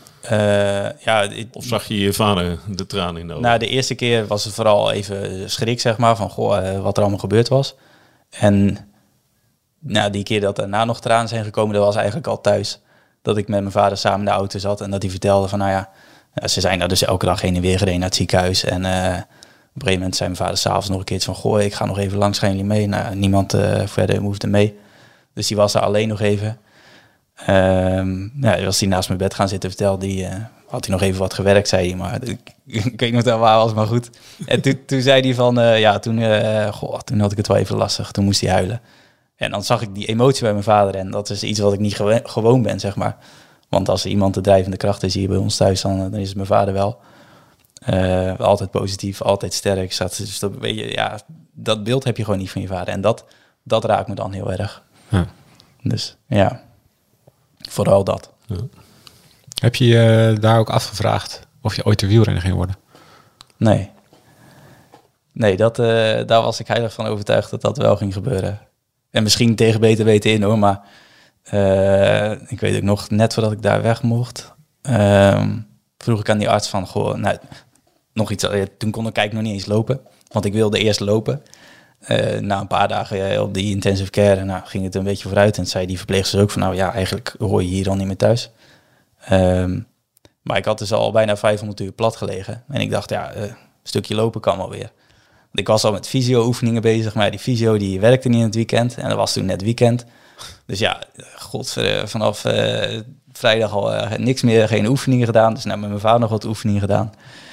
Of zag je vader de tranen in de ogen? De eerste keer was het vooral even schrik, zeg maar. Van wat er allemaal gebeurd was. En die keer dat daarna nog tranen zijn gekomen, dat was eigenlijk al thuis. Dat ik met mijn vader samen in de auto zat. En dat hij vertelde van, ze zijn daar dus elke dag heen en weer gereden naar het ziekenhuis. En op een gegeven moment zei mijn vader s'avonds nog een keertje van, ik ga nog even langs, gaan jullie mee? Niemand verder hoefde mee. Dus die was daar alleen nog even. Was hij naast mijn bed gaan zitten, had hij nog even wat gewerkt, zei hij. Maar ik weet niet of dat waar was, maar goed. En toen zei hij van, toen had ik het wel even lastig. Toen moest hij huilen. En dan zag ik die emotie bij mijn vader. En dat is iets wat ik niet gewoon ben, zeg maar. Want als er iemand de drijvende kracht is hier bij ons thuis, dan is het mijn vader wel. Altijd positief, altijd sterk. Dus dat beeld heb je gewoon niet van je vader. En dat raakt me dan heel erg. Ja. Dus vooral dat. Ja. Heb je je daar ook afgevraagd of je ooit de wielrenner ging worden? Nee, daar was ik heilig van overtuigd dat dat wel ging gebeuren. En misschien tegen beter weten in, hoor. Maar ik weet ook nog, net voordat ik daar weg mocht, vroeg ik aan die arts van, nog iets. Toen kon ik eigenlijk nog niet eens lopen, want ik wilde eerst lopen. Na een paar dagen op die intensive care, ging het een beetje vooruit. En zei die verpleegster ook van, eigenlijk hoor je hier al niet meer thuis. Maar ik had dus al bijna 500 uur plat gelegen. En ik dacht, een stukje lopen kan wel weer. Want ik was al met fysio-oefeningen bezig, maar die fysio die werkte niet in het weekend. En dat was toen net weekend. Dus vanaf vrijdag al niks meer, geen oefeningen gedaan. Dus met mijn vader nog wat oefeningen gedaan.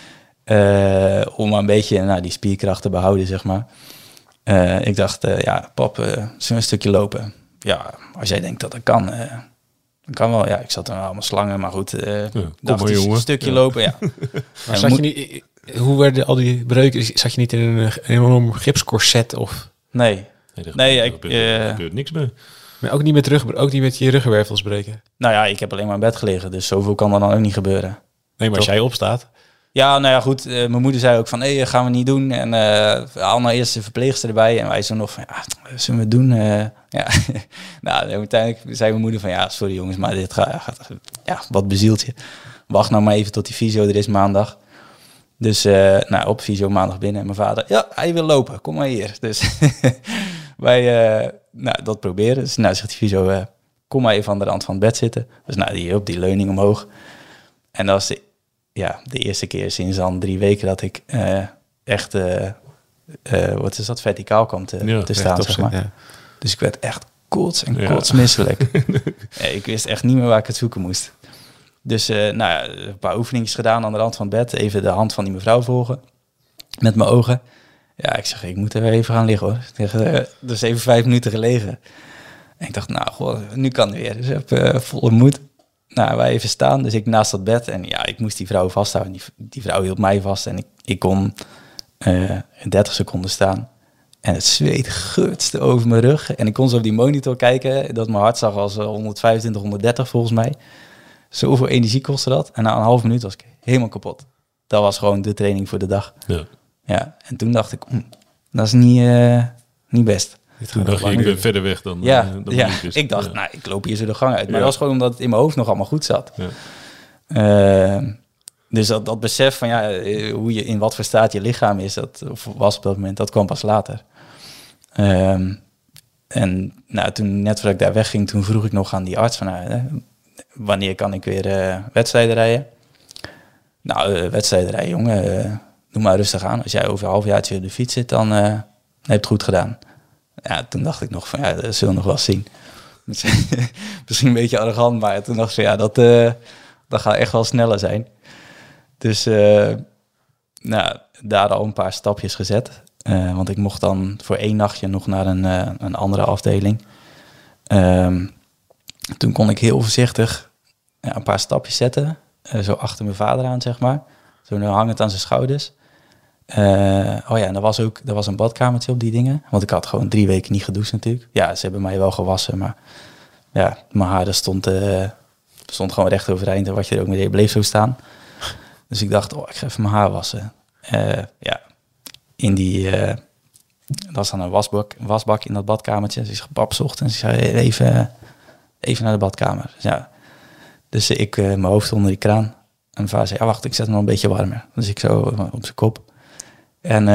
Om maar een beetje die spierkracht te behouden, zeg maar. Ik dacht, pap, zullen we een stukje lopen? Ja, als jij denkt dat dat kan, kan wel. Ja, ik zat er allemaal slangen, maar goed. Dacht maar, een stukje lopen, ja. Maar zat je niet, hoe werden al die breuken? Zat je niet in een enorm gipscorset? Of? Nee. Er gebeurt niks mee. Maar ook niet met je ruggenwervels breken? Ik heb alleen maar in bed gelegen, dus zoveel kan er dan ook niet gebeuren. Nee, maar als jij opstaat... Ja, goed. Mijn moeder zei ook van, gaan we niet doen. En haal nou eerst de verpleegster erbij. En wij zo nog van, zullen we het doen? Uiteindelijk zei mijn moeder van, sorry jongens, maar dit gaat wat bezielt je. Wacht nou maar even tot die fysio er is maandag. Dus op fysio maandag binnen. En mijn vader, hij wil lopen, kom maar hier. Dus wij dat proberen. Dus zegt die fysio, kom maar even aan de rand van het bed zitten. Dus die leuning omhoog. En dat was de eerste keer sinds dan 3 weken dat ik echt, verticaal kwam te staan, zeg maar. Ja. Dus ik werd echt kots en kotsmisselijk. Ik wist echt niet meer waar ik het zoeken moest. Dus een paar oefeningetjes gedaan aan de rand van het bed. Even de hand van die mevrouw volgen. Met mijn ogen. Ja, ik zeg, ik moet er weer even gaan liggen, hoor. Dus even 5 minuten gelegen. En ik dacht, nu kan het weer. Dus ik heb volle moed. Wij even staan, dus ik naast dat bed. En ik moest die vrouw vasthouden. Die vrouw hield mij vast. En ik kon 30 seconden staan. En het zweet geurtste over mijn rug. En ik kon zo op die monitor kijken. Dat mijn hartslag was 125, 130 volgens mij. Zoveel energie kostte dat. En na een half minuut was ik helemaal kapot. dat was gewoon de training voor de dag. Ja. Ja, en toen dacht ik, dat is niet best. Toen dacht je, ik ben verder weg dan... Ja, dan ja. liefjes. Ik dacht, nou, ik loop hier zo de gang uit. Maar Ja. dat was gewoon omdat het in mijn hoofd nog allemaal goed zat. Ja. Dus dat besef van hoe je in wat voor staat je lichaam is, of was op dat moment, dat kwam pas later. En nou, toen, net voordat ik daar wegging, toen vroeg ik nog aan die arts van, wanneer kan ik weer wedstrijden rijden? Nou, wedstrijden rijden, jongen, doe maar rustig aan. Als jij over een halfjaartje op de fiets zit, dan heb je het goed gedaan. Ja, toen dacht ik nog van, dat zullen we nog wel zien. Misschien een beetje arrogant, maar toen dacht ik van, dat gaat echt wel sneller zijn. Dus daar al een paar stapjes gezet. Want ik mocht dan voor 1 nachtje nog naar een andere afdeling. Toen kon ik heel voorzichtig een paar stapjes zetten. Zo achter mijn vader aan, zeg maar. Zo hangend aan zijn schouders. En er was een badkamertje op die dingen. Want ik had gewoon 3 weken niet gedoucht natuurlijk. Ja, ze hebben mij wel gewassen, maar ja, mijn haar stond gewoon recht overeind. En wat je er ook mee deed, bleef zo staan. Dus ik dacht, ik ga even mijn haar wassen. In die... er was dan een wasbak in dat badkamertje. Dus ik zei, pap, 's ochtends. Ik zei, even naar de badkamer. Dus ik mijn hoofd onder die kraan. En mijn vader zei, wacht, ik zet hem nog een beetje warmer. Dus ik zo op zijn kop. En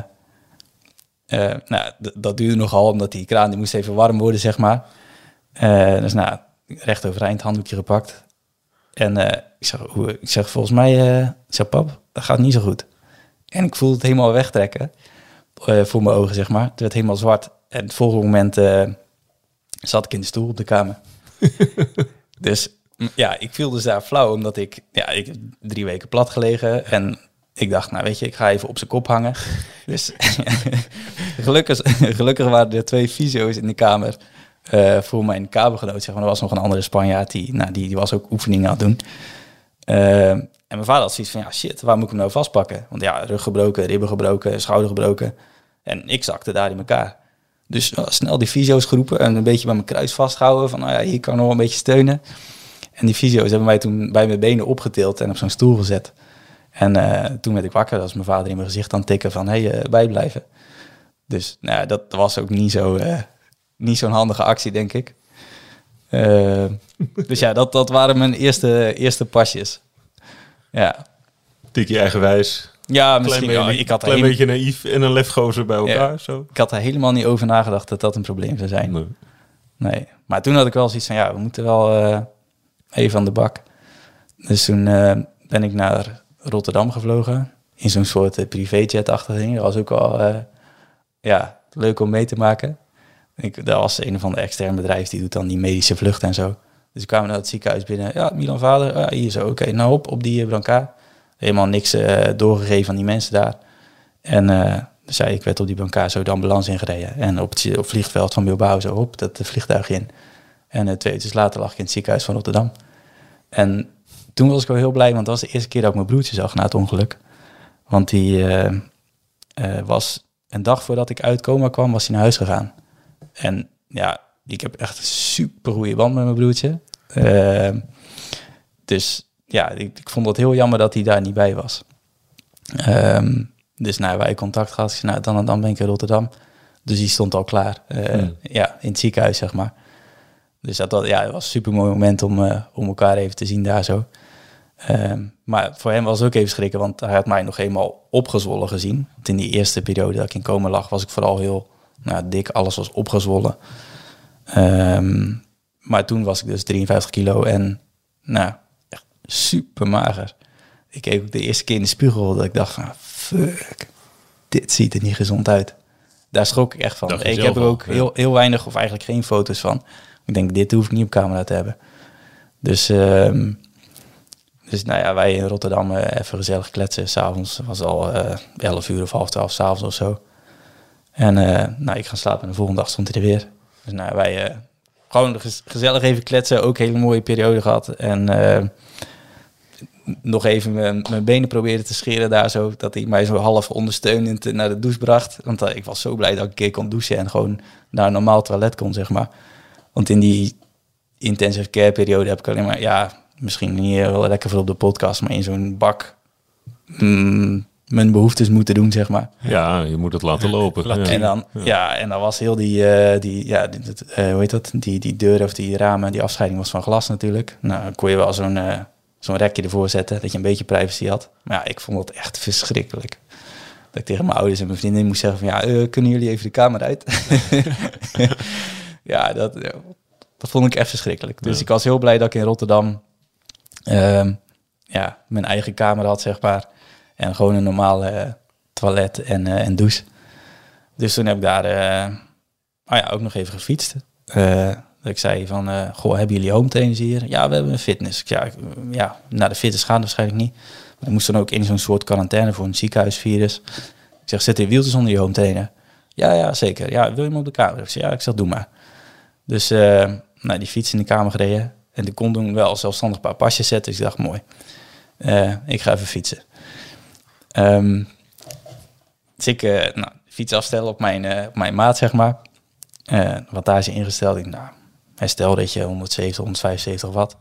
dat duurde nogal, omdat die kraan die moest even warm worden, zeg maar. Dus recht overeind, handdoekje gepakt. En ik zeg volgens mij, pap, dat gaat niet zo goed. En ik voelde het helemaal wegtrekken voor mijn ogen, zeg maar. Het werd helemaal zwart. En het volgende moment zat ik in de stoel op de kamer. Dus ja, ik viel dus daar flauw, omdat ik heb 3 weken plat gelegen. En ik dacht, nou weet je, ik ga even op zijn kop hangen. Dus gelukkig waren er 2 fysio's in de kamer voor mijn kabelgenoot. Zeg maar. Er was nog een andere Spanjaard, die was ook oefeningen aan het doen. En mijn vader had zoiets van, shit, waar moet ik hem nou vastpakken? Want rug gebroken, ribben gebroken, schouder gebroken. En ik zakte daar in elkaar. Dus snel die fysio's geroepen en een beetje bij mijn kruis vastgehouden. Van, hier kan ik nog wel een beetje steunen. En die fysio's hebben mij toen bij mijn benen opgetild en op zo'n stoel gezet. En toen werd ik wakker, dat was mijn vader in mijn gezicht aan het tikken van, bijblijven. Dus dat was ook niet zo'n handige actie, denk ik. Dus dat waren mijn eerste pasjes. Ja. Tikje eigenwijs. Ja, misschien wel. Ik had een beetje naïef en een lefgozer bij elkaar. Ja, zo. Ik had er helemaal niet over nagedacht dat dat een probleem zou zijn. Nee. Maar toen had ik wel zoiets van, we moeten wel even aan de bak. Dus toen ben ik naar Rotterdam gevlogen. In zo'n soort privéjet-achtig ding. Dat was ook wel leuk om mee te maken. Dat was een van de externe bedrijven, die doet dan die medische vluchten en zo. Dus ik kwam naar het ziekenhuis binnen. Ja, Milan Vader, hier zo. Oké, nou op die brancard. Helemaal niks doorgegeven aan die mensen daar. En dus ik werd op die brancard zo de ambulance ingereden. En op het vliegveld van Bilbao zo op dat vliegtuig in. En 2 uur later lag ik in het ziekenhuis van Rotterdam. En toen was ik wel heel blij, want dat was de eerste keer dat ik mijn broertje zag na het ongeluk. Want die was een dag voordat ik uit coma kwam, was hij naar huis gegaan. En ik heb echt een super goede band met mijn broertje. Dus ik vond het heel jammer dat hij daar niet bij was. Dus wij contact gehad. Ik zei, dan ben ik in Rotterdam. Dus die stond al klaar. In het ziekenhuis, zeg maar. Dus het was een super mooi moment om elkaar even te zien daar zo. Maar voor hem was het ook even schrikken, want hij had mij nog eenmaal opgezwollen gezien. Want in die eerste periode dat ik in coma lag, was ik vooral heel dik. Alles was opgezwollen. Maar toen was ik dus 53 kilo en echt super mager. Ik keek ook de eerste keer in de spiegel dat ik dacht van, fuck, dit ziet er niet gezond uit. Daar schrok ik echt van. Ik heb er ook heel weinig of eigenlijk geen foto's van. Ik denk, dit hoef ik niet op camera te hebben. Dus wij in Rotterdam even gezellig kletsen. 's Avonds was al 11 uur of 11:30 's avonds of zo. En ik ga slapen en de volgende dag stond hij er weer. Dus wij gewoon gezellig even kletsen. Ook een hele mooie periode gehad. En nog even mijn benen proberen te scheren daar zo. Dat hij mij zo half ondersteunend naar de douche bracht. Want ik was zo blij dat ik een keer kon douchen. En gewoon naar een normaal toilet kon, zeg maar. Want in die intensive care periode heb ik alleen maar... misschien niet wel lekker voor op de podcast, maar in zo'n bak mijn behoeftes moeten doen, zeg maar. Ja, je moet het laten lopen. Laten Ja. En dan, en dan was heel hoe heet dat? Die deur of die ramen, die afscheiding was van glas natuurlijk. Nou, dan kon je wel zo'n rekje ervoor zetten, dat je een beetje privacy had. Maar ja, ik vond dat echt verschrikkelijk. Dat ik tegen mijn ouders en mijn vriendin moest zeggen van, kunnen jullie even de kamer uit? Ja, dat vond ik echt verschrikkelijk. Dus ik was heel blij dat ik in Rotterdam mijn eigen kamer had, zeg maar. En gewoon een normale toilet en douche. Dus toen heb ik daar ook nog even gefietst. Dat ik zei van, hebben jullie home trainers hier? Ja, we hebben een fitness. Naar de fitness gaan waarschijnlijk niet. Maar ik moest dan ook in zo'n soort quarantaine voor een ziekenhuisvirus. Ik zeg, zet die wieltjes onder je home trainer? Ja, zeker. Ja, wil je hem op de kamer? Ik zeg, doe maar. Dus die fiets in de kamer gereden. En ik kon toen wel zelfstandig een paar pasjes zetten. Dus ik dacht, mooi. Ik ga even fietsen. Dus ik de fiets afstellen op mijn maat, zeg maar. Wat daar is ingesteld. Ik herstel dat je 170, 175 watt.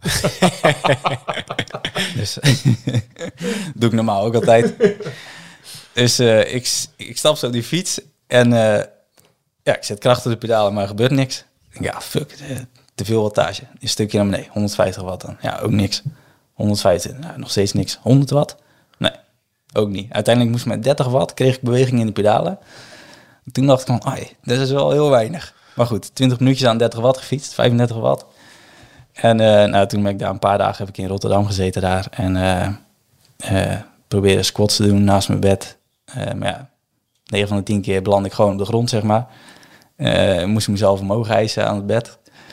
Dus doe ik normaal ook altijd. Dus ik stap zo op die fiets. En ik zet kracht op de pedalen, maar er gebeurt niks. Ik denk, fuck, te veel wattage. Een stukje naar beneden, 150 watt dan. Ja, ook niks. 150, nog steeds niks. 100 watt? Nee, ook niet. Uiteindelijk moest ik met 30 watt, kreeg ik beweging in de pedalen. Toen dacht ik van, dat is wel heel weinig. Maar goed, 20 minuutjes aan 30 watt gefietst, 35 watt. En toen ben ik daar een paar dagen, heb ik in Rotterdam gezeten daar. En probeerde squats te doen naast mijn bed. Maar 9 van de 10 keer beland ik gewoon op de grond, zeg maar. Moest ik mezelf omhoog hijsen aan het bed.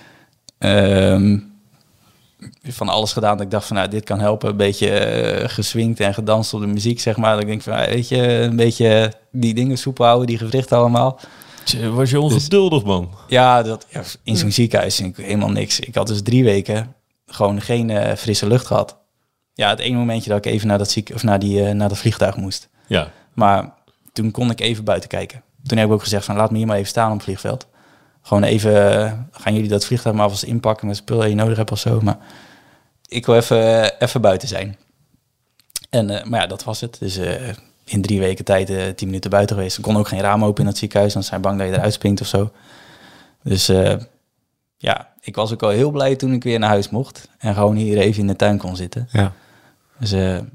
Van alles gedaan dat ik dacht van, dit kan helpen. Een beetje geswingd en gedanst op de muziek, zeg maar. Dat ik denk van, weet je, een beetje die dingen soepel houden, die gewrichten allemaal. Was je ongeduldig, man? Ja, in zo'n ziekenhuis ik helemaal niks. Ik had dus 3 weken gewoon geen frisse lucht gehad. Ja, het ene momentje dat ik even naar dat vliegtuig moest. Ja. Maar toen kon ik even buiten kijken. Toen heb ik ook gezegd van, laat me hier maar even staan op het vliegveld. Gewoon even, gaan jullie dat vliegtuig maar alvast inpakken met spullen die je nodig hebt of zo. Maar ik wil even buiten zijn. En, maar dat was het. Dus in 3 weken tijd 10 minuten buiten geweest. Ik kon ook geen raam open in het ziekenhuis, dan zijn bang dat je eruit springt of zo. Dus ik was ook al heel blij toen ik weer naar huis mocht. En gewoon hier even in de tuin kon zitten. Ja. Dus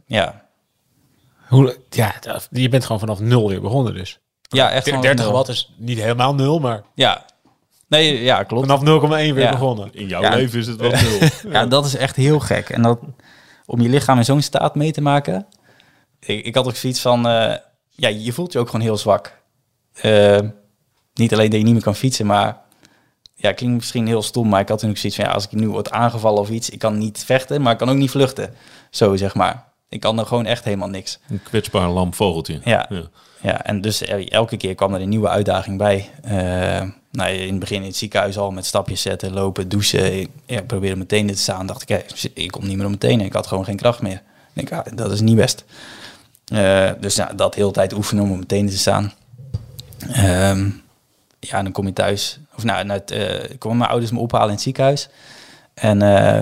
je bent gewoon vanaf 0 weer begonnen dus. ja, echt 30 watt is niet helemaal 0, maar ja. Nee, ja, klopt. vanaf 0,1 weer begonnen. In jouw leven is het wel 0. Ja, dat is echt heel gek. En dat, om je lichaam in zo'n staat mee te maken. Ik had ook zoiets van, je voelt je ook gewoon heel zwak. Niet alleen dat je niet meer kan fietsen, maar ja, klinkt misschien heel stom, maar ik had toen ook zoiets van, als ik nu word aangevallen of iets, ik kan niet vechten, maar ik kan ook niet vluchten. Zo, zeg maar. Ik kan er gewoon echt helemaal niks. Een kwetsbaar lam vogeltje. Ja, en dus elke keer kwam er een nieuwe uitdaging bij. In het begin in het ziekenhuis al met stapjes zetten, lopen, douchen. Ik probeerde meteen te staan. Dacht ik kom niet meer op mijn tenen. Ik had gewoon geen kracht meer. Ik denk, dat is niet best. Dus dat heel de tijd oefenen om op mijn tenen te staan. En dan kom je thuis. Of komen mijn ouders me ophalen in het ziekenhuis. En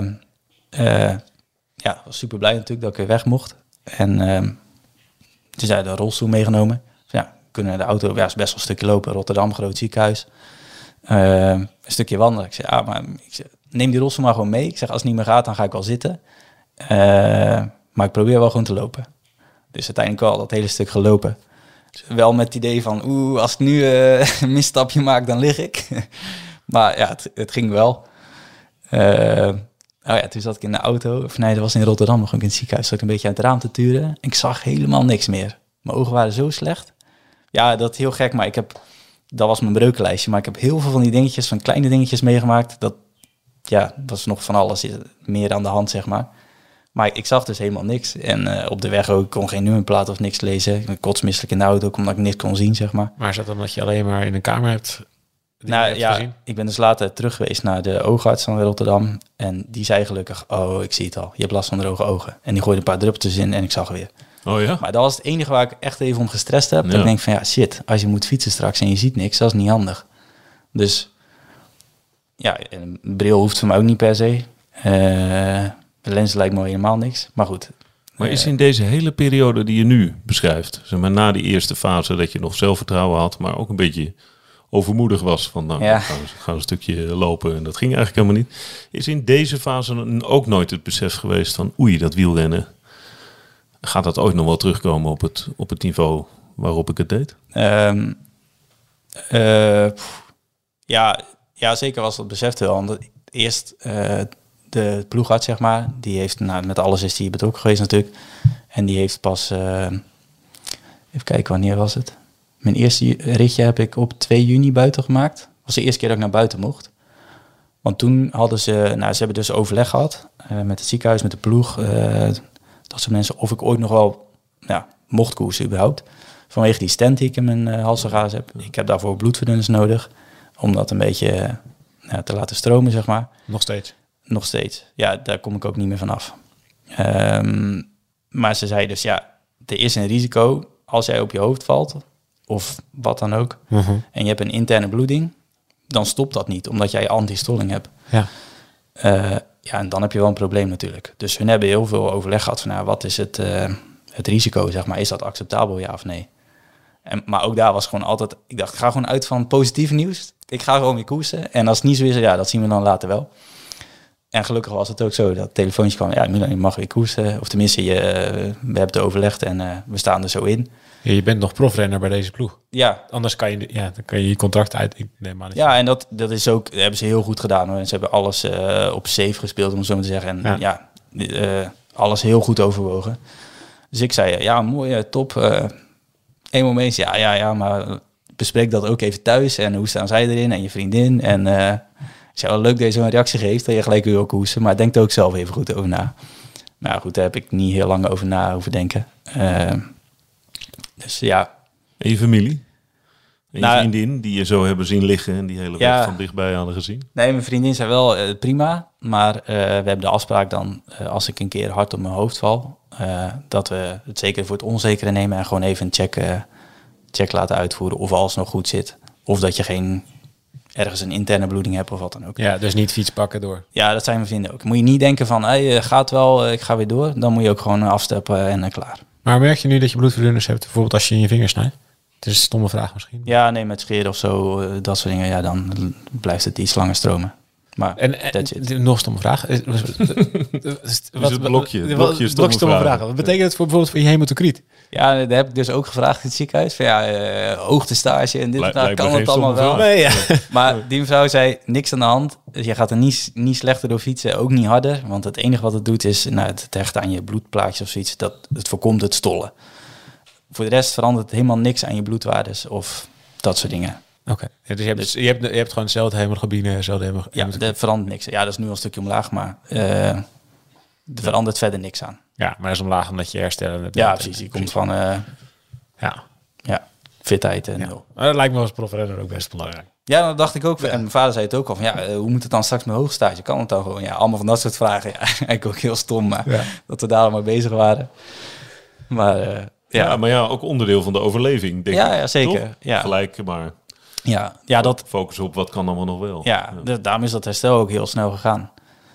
was super blij natuurlijk dat ik weer weg mocht. En toen zei de rolstoel meegenomen. Dus kunnen de auto, is best wel een stukje lopen. Rotterdam, groot ziekenhuis. Een stukje wandelen. Ik zei, neem die rolstoel maar gewoon mee. Ik zeg, als het niet meer gaat, dan ga ik wel zitten. Maar ik probeer wel gewoon te lopen. Dus uiteindelijk wel dat hele stuk gelopen. Dus wel met het idee van, als ik nu een misstapje maak, dan lig ik. Maar ja, het ging wel. Toen zat ik in de auto. Of nee, dat was in Rotterdam nog ook in het ziekenhuis. Zat ik een beetje uit het raam te turen. Ik zag helemaal niks meer. Mijn ogen waren zo slecht. Ja, dat is heel gek, maar dat was mijn breukenlijstje. Maar ik heb heel veel van die dingetjes, van kleine dingetjes meegemaakt. Dat was nog van alles meer aan de hand, zeg maar. Maar ik zag dus helemaal niks. En op de weg ook, ik kon geen nummerplaat of niks lezen. Ik ben kotsmisselijk in de auto, omdat ik niks kon zien, zeg maar. Maar is dat omdat je alleen maar in een kamer hebt gezien? Ik ben dus later terug geweest naar de oogarts van Rotterdam. En die zei gelukkig, ik zie het al. Je hebt last van droge ogen. En die gooide een paar druppeltjes in en ik zag weer. Oh ja? Maar dat was het enige waar ik echt even om gestrest heb. Dat ik denk van, shit, als je moet fietsen straks en je ziet niks, dat is niet handig. Dus een bril hoeft voor mij ook niet per se. De lens lijkt me helemaal niks. Maar goed, Maar is in deze hele periode die je nu beschrijft, zeg maar na die eerste fase dat je nog zelfvertrouwen had, maar ook een beetje overmoedig was van nou, Ja. gaan we een stukje lopen en dat ging eigenlijk helemaal niet. Is in deze fase ook nooit het besef geweest van oei, dat wielrennen, gaat dat ooit nog wel terugkomen op het niveau waarop ik het deed? Ja, zeker was dat beseft wel. Want eerst de ploegarts, zeg maar, die heeft, met alles is die betrokken geweest natuurlijk. En die heeft pas, even kijken, wanneer was het? Mijn eerste ritje heb ik op 2 juni buiten gemaakt. Dat was de eerste keer dat ik naar buiten mocht. Want toen hadden ze hebben dus overleg gehad met het ziekenhuis, met de ploeg. Dat soort mensen, of ik ooit nog wel mocht koersen überhaupt. Vanwege die stent die ik in mijn halsorgaans heb. Ik heb daarvoor bloedverdunners nodig. Om dat een beetje te laten stromen, zeg maar. Nog steeds? Nog steeds. Ja, daar kom ik ook niet meer vanaf. Maar ze zei dus, er is een risico als jij op je hoofd valt. Of wat dan ook. En je hebt een interne bloeding. Dan stopt dat niet, omdat jij antistolling hebt. Ja. En dan heb je wel een probleem natuurlijk. Dus hun hebben heel veel overleg gehad van, wat is het risico, zeg maar. Is dat acceptabel, ja of nee? Maar ook daar was gewoon altijd... Ik dacht, ik ga gewoon uit van positief nieuws. Ik ga gewoon weer koersen. En als het niet zo is, dat zien we dan later wel. En gelukkig was het ook zo. Dat telefoontje kwam, Milan, je mag weer koersen. Of tenminste, we hebben het overlegd en we staan er zo in. Ja, je bent nog profrenner bij deze ploeg. Ja. Anders kan je je contract uit... Ik neem aan en dat is ook... Dat hebben ze heel goed gedaan, hoor. En ze hebben alles op safe gespeeld, om het zo maar te zeggen. En alles heel goed overwogen. Dus ik zei, mooi, top... Eén moment, maar bespreek dat ook even thuis. En hoe staan zij erin en je vriendin? En ik zei, wel leuk dat je zo'n reactie geeft, dat je gelijk weer wil koersen. Maar denk er ook zelf even goed over na. Maar goed, daar heb ik niet heel lang over na hoeven denken. Dus ja. En je familie? En je vriendin, die je zo hebben zien liggen en die hele weg van dichtbij hadden gezien? Nee, mijn vriendin zei wel prima. Maar we hebben de afspraak dan, als ik een keer hard op mijn hoofd val... dat we het zeker voor het onzekere nemen en gewoon even een check laten uitvoeren of alles nog goed zit. Of dat je ergens een interne bloeding hebt of wat dan ook. Ja, dus niet fiets pakken door. Ja, dat zijn mijn vrienden ook. Moet je niet denken van, gaat wel, ik ga weer door. Dan moet je ook gewoon afstappen en klaar. Maar merk je nu dat je bloedverdunners hebt, bijvoorbeeld als je in je vingers snijdt? Het is een stomme vraag misschien. Ja, nee, met scheren of zo, dat soort dingen, dan blijft het iets langer stromen. Maar en nog een stomme vraag. Wat het blokje stomme vragen. Wat betekent het bijvoorbeeld voor je hematocriet? Ja, dat heb ik dus ook gevraagd in het ziekenhuis. Van hoogtestage en dit kan het allemaal wel. Nee, Maar die mevrouw zei, niks aan de hand. Dus je gaat er niet slechter door fietsen, ook niet harder. Want het enige wat het doet is het hechten aan je bloedplaatjes of zoiets. Dat het voorkomt het stollen. Voor de rest verandert het helemaal niks aan je bloedwaardes of dat soort dingen. Oké. Ja, dus je hebt gewoon hetzelfde hemoglobine, Ja, er verandert niks. Ja, dat is nu al een stukje omlaag, maar er verandert verder niks aan. Ja, maar dat is omlaag omdat je herstellen hebt. Ja, precies. Die komt van fitheid en nul. Dat lijkt me als profrenner ook best belangrijk. Ja, dat dacht ik ook. En mijn vader zei het ook al van, hoe moet het dan straks met hoogstage? Kan het dan gewoon? Ja, allemaal van dat soort vragen. Ja, eigenlijk ook heel stom, maar dat we daar allemaal bezig waren. Maar maar ook onderdeel van de overleving, denk ik. Ja, zeker. Ja. Gelijk, maar... Ja, dat focus op wat kan allemaal nog wel. Ja, daarom is dat herstel ook heel snel gegaan.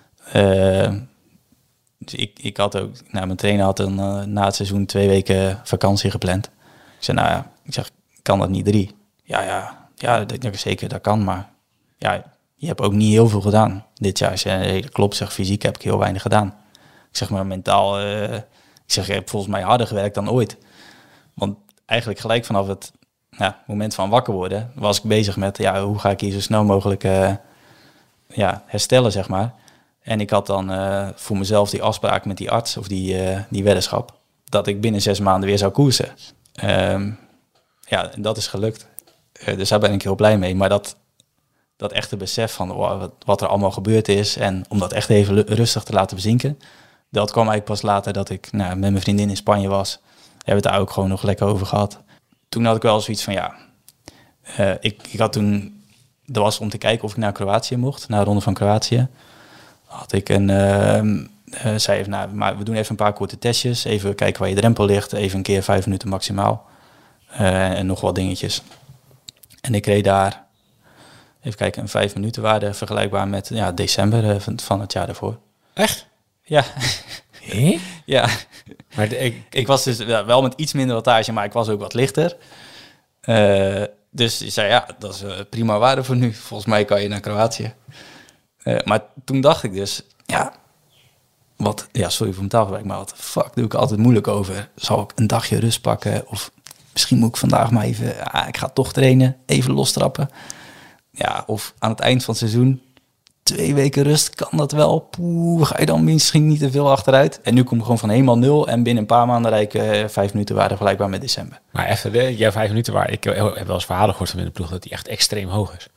Dus ik had ook, mijn trainer had na het seizoen 2 weken vakantie gepland. Ik zei, kan dat niet 3? Ja, zeker, dat kan, maar je hebt ook niet heel veel gedaan dit jaar. Ik zei, dat klopt, fysiek heb ik heel weinig gedaan. Ik zeg maar mentaal, je hebt volgens mij harder gewerkt dan ooit. Want eigenlijk gelijk vanaf het moment van wakker worden was ik bezig met hoe ga ik hier zo snel mogelijk herstellen, zeg maar. En ik had dan voor mezelf die afspraak met die arts of die weddenschap dat ik binnen 6 maanden weer zou koersen. En dat is gelukt. Dus daar ben ik heel blij mee. Maar dat echte besef van wat er allemaal gebeurd is en om dat echt even rustig te laten bezinken, dat kwam eigenlijk pas later dat ik met mijn vriendin in Spanje was. We hebben het daar ook gewoon nog lekker over gehad. Toen had ik wel zoiets van, ik had toen, dat was om te kijken of ik naar Kroatië mocht, naar de Ronde van Kroatië. Had ik zei even, maar we doen even een paar korte testjes, even kijken waar je drempel ligt, even een keer 5 minuten maximaal. En nog wat dingetjes. En ik reed daar, even kijken, een 5 minuten waarde vergelijkbaar met december van het jaar daarvoor. Echt? Ja. Ja, Maar ik was dus wel met iets minder wattage, maar ik was ook wat lichter. Dus je zei, ja, dat is prima waarde voor nu. Volgens mij kan je naar Kroatië. Maar toen dacht ik dus, sorry voor mijn taalgebruik, maar wat de fuck doe ik altijd moeilijk over? Zal ik een dagje rust pakken? Of misschien moet ik vandaag maar even, ik ga toch trainen, even lostrappen. Ja, of aan het eind van het seizoen, 2 weken rust, kan dat wel? Poeh, ga je dan misschien niet te veel achteruit? En nu kom ik gewoon van helemaal 0 en binnen een paar maanden rijd ik 5 minuten waarde vergelijkbaar met december. Maar even, jouw 5 minuten waar ik heb wel eens verhalen gehoord van in de ploeg dat die echt extreem hoog is.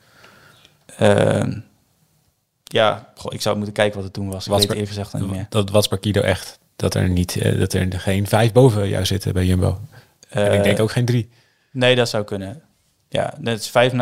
Ik zou moeten kijken wat het toen was. Ik weet het eerlijk gezegd niet meer. Dat watts per kilo echt, dat er geen 5 boven jou zitten bij Jumbo. En ik denk ook geen 3. Nee, dat zou kunnen. Ja, dat is 5.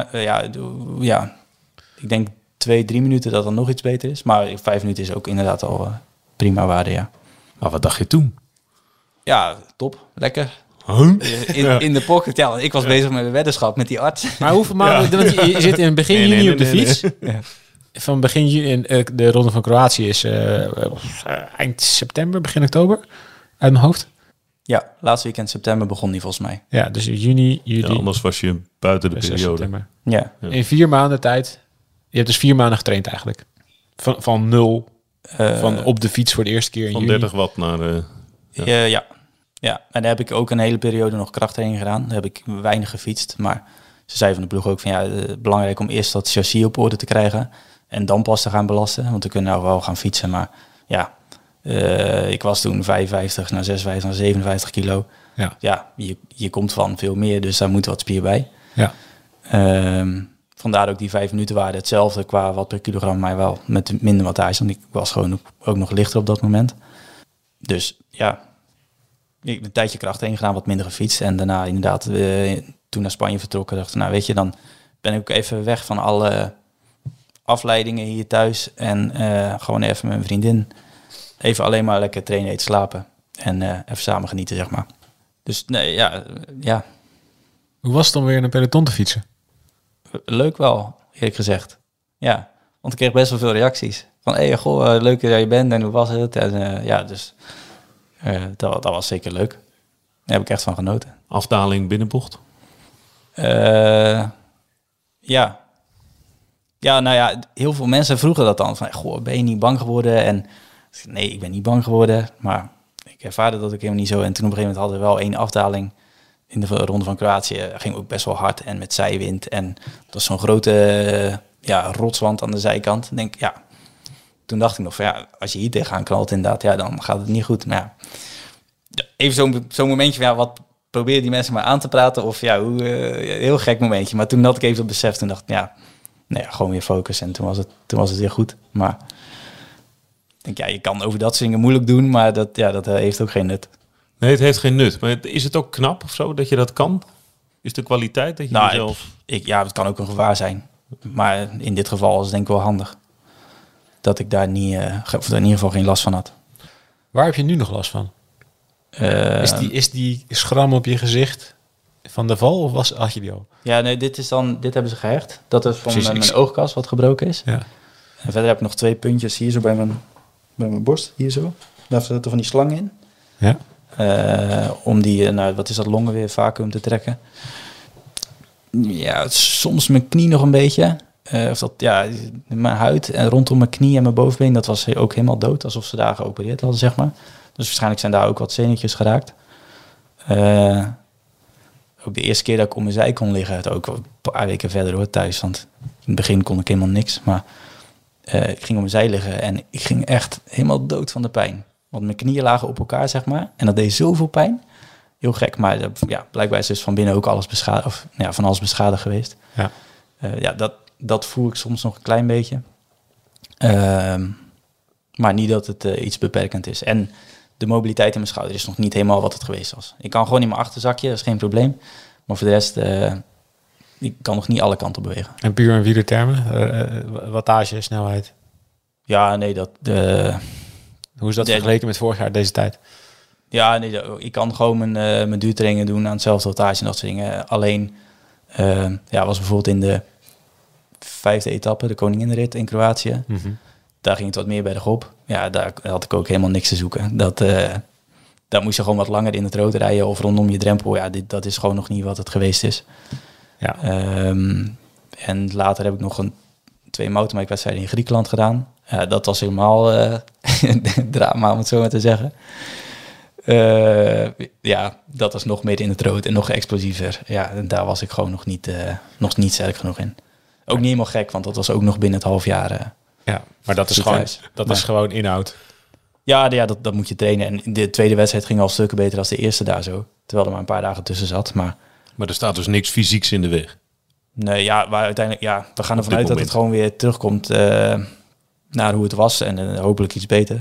Ik denk 2-3 minuten dat dan nog iets beter is. Maar 5 minuten is ook inderdaad al prima waarde, ja. Maar wat dacht je toen? Ja, top. Lekker. Huh? In de pocket. Ja, ik was bezig met een weddenschap met die arts. Maar hoeveel maanden? Want je zit in begin juni op de fiets. Ja. Van begin juni, de Ronde van Kroatië is eind september, begin oktober. Uit mijn hoofd. Ja, laatste weekend september begon die volgens mij. Ja, dus juni, juli. Ja, anders was je buiten de 6 periode. september. Ja. In 4 maanden tijd. Je hebt dus 4 maanden getraind eigenlijk. Van 0. Van op de fiets voor de eerste keer in Van juni. 30 watt naar... Ja, en daar heb ik ook een hele periode nog krachttraining gedaan. Daar heb ik weinig gefietst. Maar ze zei van de ploeg ook van belangrijk om eerst dat chassis op orde te krijgen. En dan pas te gaan belasten. Want we kunnen nou wel gaan fietsen. Maar ja, ik was toen 55 naar 56 naar 57 kilo. Ja, je komt van veel meer. Dus daar moet wat spier bij. Ja. Vandaar ook die 5 minuten waarde hetzelfde qua watt per kilogram. Maar wel met minder wattage. Want ik was gewoon ook nog lichter op dat moment. Dus ja... Ik heb een tijdje krachttraining gedaan, wat minder gefietst. En daarna inderdaad, toen naar Spanje vertrokken, dacht ik, nou weet je, dan ben ik ook even weg van alle afleidingen hier thuis. En gewoon even met mijn vriendin. Even alleen maar lekker trainen, eten, slapen. En even samen genieten, zeg maar. Dus nee, ja. Hoe was het om weer in een peloton te fietsen? Leuk wel, eerlijk gezegd. Ja, want ik kreeg best wel veel reacties. Van, leuk dat je bent en hoe was het? En dus... dat was zeker leuk. Daar heb ik echt van genoten. Afdaling binnenbocht? Ja. Ja, nou ja, heel veel mensen vroegen dat dan. Van, ben je niet bang geworden? En nee, ik ben niet bang geworden. Maar ik ervaarde dat ook helemaal niet zo. En toen op een gegeven moment hadden we wel 1 afdaling in de Ronde van Kroatië. Ging ook best wel hard en met zijwind. En dat was zo'n grote rotswand aan de zijkant. Toen dacht ik nog van als je hier tegenaan knalt inderdaad, dan gaat het niet goed. Maar even zo'n momentje van wat probeer die mensen maar aan te praten of heel gek momentje. Maar toen had ik even dat besef, toen dacht ik gewoon weer focus en toen was het weer goed. Maar ik denk je kan over dat soort dingen moeilijk doen, maar dat heeft ook geen nut. Nee, het heeft geen nut. Maar is het ook knap of zo dat je dat kan? Is de kwaliteit dat je jezelf... het kan ook een gevaar zijn. Maar in dit geval is het denk ik wel handig. Dat ik daar niet, of in ieder geval geen last van had. Waar heb je nu nog last van? Is die schram op je gezicht van de val of had je die al? Ja, nee, dit hebben ze gehecht. Dat is van mijn oogkas wat gebroken is. Ja. En verder heb ik nog 2 puntjes hier zo bij mijn borst. Hier zo. Daar zitten van die slang in. Ja. Om die, wat is dat, longen weer vacuüm te trekken. Ja, soms mijn knie nog een beetje. Mijn huid en rondom mijn knie en mijn bovenbeen, dat was ook helemaal dood. Alsof ze daar geopereerd hadden, zeg maar. Dus waarschijnlijk zijn daar ook wat zenuwtjes geraakt. Ook de eerste keer dat ik op mijn zij kon liggen, het ook een paar weken verder thuis. Want in het begin kon ik helemaal niks. Maar ik ging op mijn zij liggen en ik ging echt helemaal dood van de pijn. Want mijn knieën lagen op elkaar, zeg maar. En dat deed zoveel pijn. Heel gek, maar blijkbaar is dus van binnen ook alles beschadigd. Van alles beschadigd geweest. Ja. Dat voel ik soms nog een klein beetje. Maar niet dat het iets beperkend is. En de mobiliteit in mijn schouder is nog niet helemaal wat het geweest was. Ik kan gewoon in mijn achterzakje, dat is geen probleem. Maar voor de rest, ik kan nog niet alle kanten bewegen. En puur in wielertermen? Wattage, snelheid? Ja, nee, Hoe is dat vergeleken met vorig jaar deze tijd? Ja, nee, ik kan gewoon mijn duurtrainingen doen aan hetzelfde wattage en dat soort dingen. Alleen, was bijvoorbeeld in de 5e etappe, de Koninginrit in Kroatië. Mm-hmm. daar ging het wat meer bergop. Ja, daar had ik ook helemaal niks te zoeken. Daar moest je gewoon wat langer in het rood rijden of rondom je drempel. Ja, dat is gewoon nog niet wat het geweest is. Ja. En later heb ik nog 2 mountainbike-wedstrijden in Griekenland gedaan. Dat was helemaal drama, om het zo maar te zeggen. Dat was nog meer in het rood en nog explosiever. Ja, en daar was ik gewoon nog niet sterk genoeg in. Ook niet helemaal gek, want dat was ook nog binnen het half jaar. Ja, maar dat is gewoon inhoud. Ja, dat moet je trainen. En de tweede wedstrijd ging al stukken beter dan de eerste daar zo. Terwijl er maar een paar dagen tussen zat. Maar er staat dus niks fysieks in de weg. Nee, ja, maar uiteindelijk, we gaan ervan uit dat het gewoon weer terugkomt naar hoe het was. En hopelijk iets beter.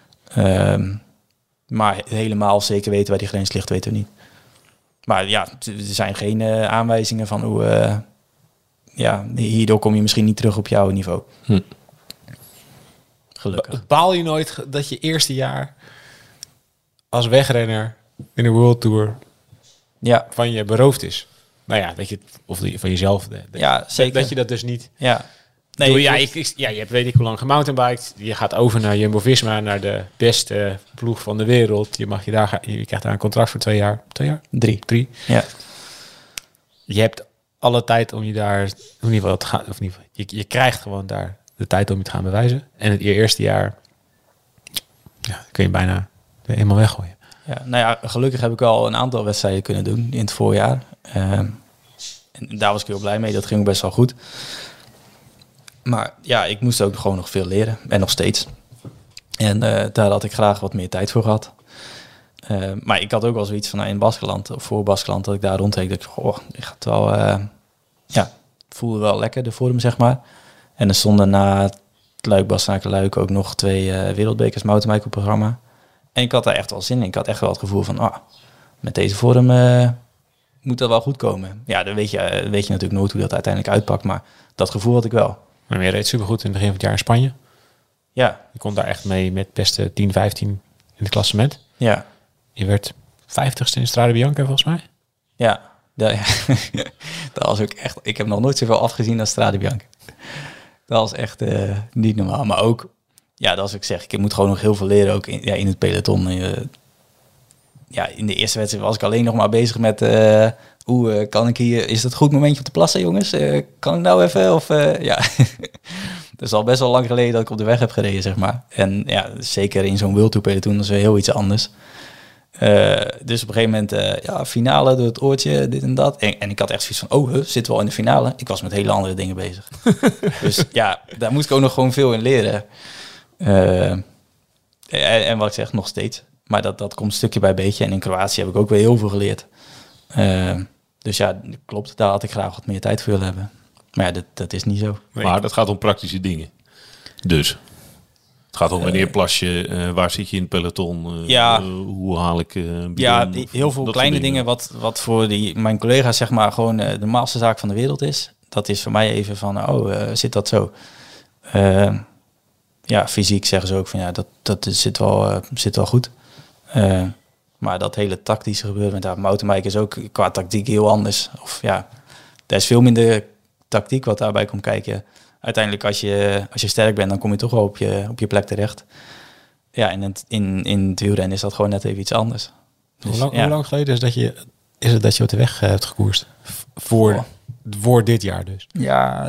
Maar helemaal zeker weten waar die grens ligt, weten we niet. Maar ja, er zijn geen aanwijzingen van hoe... hierdoor kom je misschien niet terug op jouw niveau. Gelukkig. Baal je nooit dat je eerste jaar als wegrenner in de World Tour van je beroofd is? Nou ja, dat je, of van jezelf. Zeker. Dat je dat dus niet... Ja. Nee, je hebt weet ik hoe lang gemountainbiked. Je gaat over naar Jumbo-Visma, naar de beste ploeg van de wereld. Je krijgt daar een contract voor 2 jaar. 2 jaar? 3. Ja. Je hebt alle tijd om je daar in ieder geval te gaan. Of in ieder geval, je krijgt gewoon daar de tijd om je te gaan bewijzen. En het eerste jaar kun je bijna helemaal weggooien. Ja, nou ja, gelukkig heb ik al een aantal wedstrijden kunnen doen in het voorjaar. En daar was ik heel blij mee. Dat ging best wel goed. Maar ja, ik moest ook gewoon nog veel leren. En nog steeds. En daar had ik graag wat meer tijd voor gehad. Maar ik had ook wel zoiets van in Baskeland, of voor Baskeland, dat ik daar rondreed. Dat ik gaat wel... voelde wel lekker, de vorm, zeg maar. En er stonden na het Luik-Bastenaken-Luik ook nog 2 wereldbekers mountainbike op programma. En ik had daar echt wel zin in. Ik had echt wel het gevoel van, met deze vorm moet dat wel goed komen. Ja, dan weet je natuurlijk nooit hoe dat uiteindelijk uitpakt. Maar dat gevoel had ik wel. Maar je reed supergoed in het begin van het jaar in Spanje. Ja. Je kon daar echt mee met beste 10, 15 in het klassement. Ja. Je werd 50ste in Strade Bianca, volgens mij. Ja. Dat was ook echt... Ik heb nog nooit zoveel afgezien als Strade Bianca. Dat was echt niet normaal. Maar ook, dat was ik zeg, ik moet gewoon nog heel veel leren, ook in het peloton. In de eerste wedstrijd was ik alleen nog maar bezig met... kan ik hier... Is het een goed momentje om te plassen, jongens? Kan ik nou even? Of Het is al best wel lang geleden dat ik op de weg heb gereden, zeg maar. En zeker in zo'n World Tour peloton is weer heel iets anders. Dus op een gegeven moment, finale door het oortje, dit en dat. En ik had echt zoiets van, zitten we al in de finale? Ik was met hele andere dingen bezig. Dus daar moest ik ook nog gewoon veel in leren. En wat ik zeg, nog steeds. Maar dat komt stukje bij beetje. En in Kroatië heb ik ook weer heel veel geleerd. Dus klopt, daar had ik graag wat meer tijd voor willen hebben. Maar dat is niet zo. Maar dat gaat om praktische dingen. Dus... Het gaat om wanneer plas je, waar zit je in het peloton, hoe haal ik bidon, heel veel kleine dingen wat voor mijn collega's zeg maar gewoon de normaalste zaak van de wereld is. Dat is voor mij even van, zit dat zo? Fysiek zeggen ze ook van dat zit wel goed. Maar dat hele tactische gebeuren met mountainbike is ook qua tactiek heel anders. Of er is veel minder tactiek wat daarbij komt kijken. Uiteindelijk, als je sterk bent, dan kom je toch wel op je plek terecht. Ja, en in het wielrennen is dat gewoon net even iets anders. Dus, hoe lang geleden is het dat je op de weg hebt gekoerst? Voor dit jaar dus? Ja,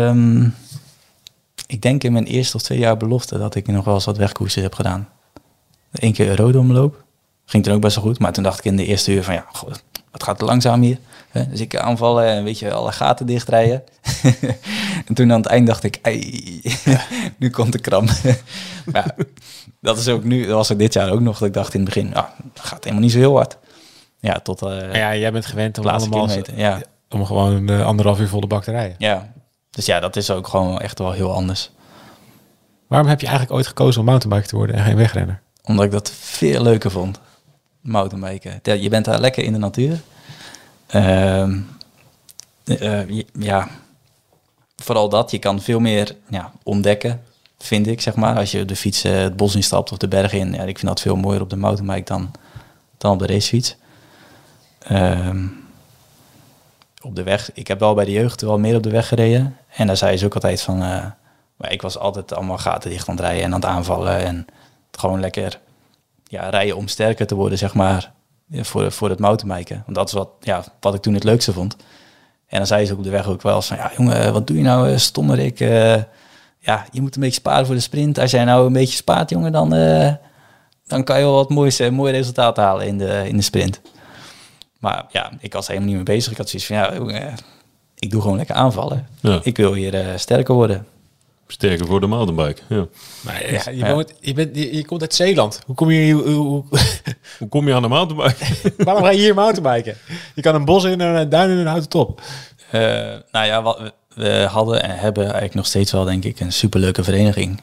ik denk in mijn eerste of 2 jaar belofte dat ik nog wel eens wat wegkoersen heb gedaan. 1 keer een rode omloop. Ging toen ook best wel goed. Maar toen dacht ik in de eerste uur van wat gaat er langzaam hier? Dus ik aanvallen en alle gaten dichtrijden. En toen aan het eind dacht ik, nu komt de kram. Maar dat is ook nu, dat was ook dit jaar ook nog, dat ik dacht in het begin, dat gaat helemaal niet zo heel hard. Ja, tot... jij bent gewend om allemaal kilometer, om gewoon 1,5 uur volle bak te rijden. Ja, dus dat is ook gewoon echt wel heel anders. Waarom heb je eigenlijk ooit gekozen om mountainbiker te worden en geen wegrenner? Omdat ik dat veel leuker vond, mountainbiken. Je bent daar lekker in de natuur. Vooral dat. Je kan veel meer ontdekken, vind ik, zeg maar. Als je op de fiets het bos instapt of de bergen in. Ik vind dat veel mooier op de mountainbike dan op de racefiets. Op de weg. Ik heb wel bij de jeugd wel meer op de weg gereden. En daar zei ze ook altijd van... Maar ik was altijd allemaal gaten dicht aan het rijden en aan het aanvallen. En gewoon lekker rijden om sterker te worden, zeg maar, voor het mountainbiken. Want dat is wat ik toen het leukste vond. En dan zei ze op de weg ook wel eens van, ja jongen, wat doe je nou, stommerik? Je moet een beetje sparen voor de sprint. Als jij nou een beetje spaart, jongen, dan kan je wel wat mooie resultaten halen in de sprint. Maar ja, ik was helemaal niet mee bezig. Ik had zoiets van, jongen, ik doe gewoon lekker aanvallen. Ja. Ik wil hier sterker worden. Sterker voor de mountainbike, ja. Maar je komt uit Zeeland. Hoe kom je hoe kom je aan de mountainbike? Waarom ga je hier mountainbiken? Je kan een bos in en een duin in een houten top. We hadden en hebben eigenlijk nog steeds wel, denk ik, een superleuke vereniging.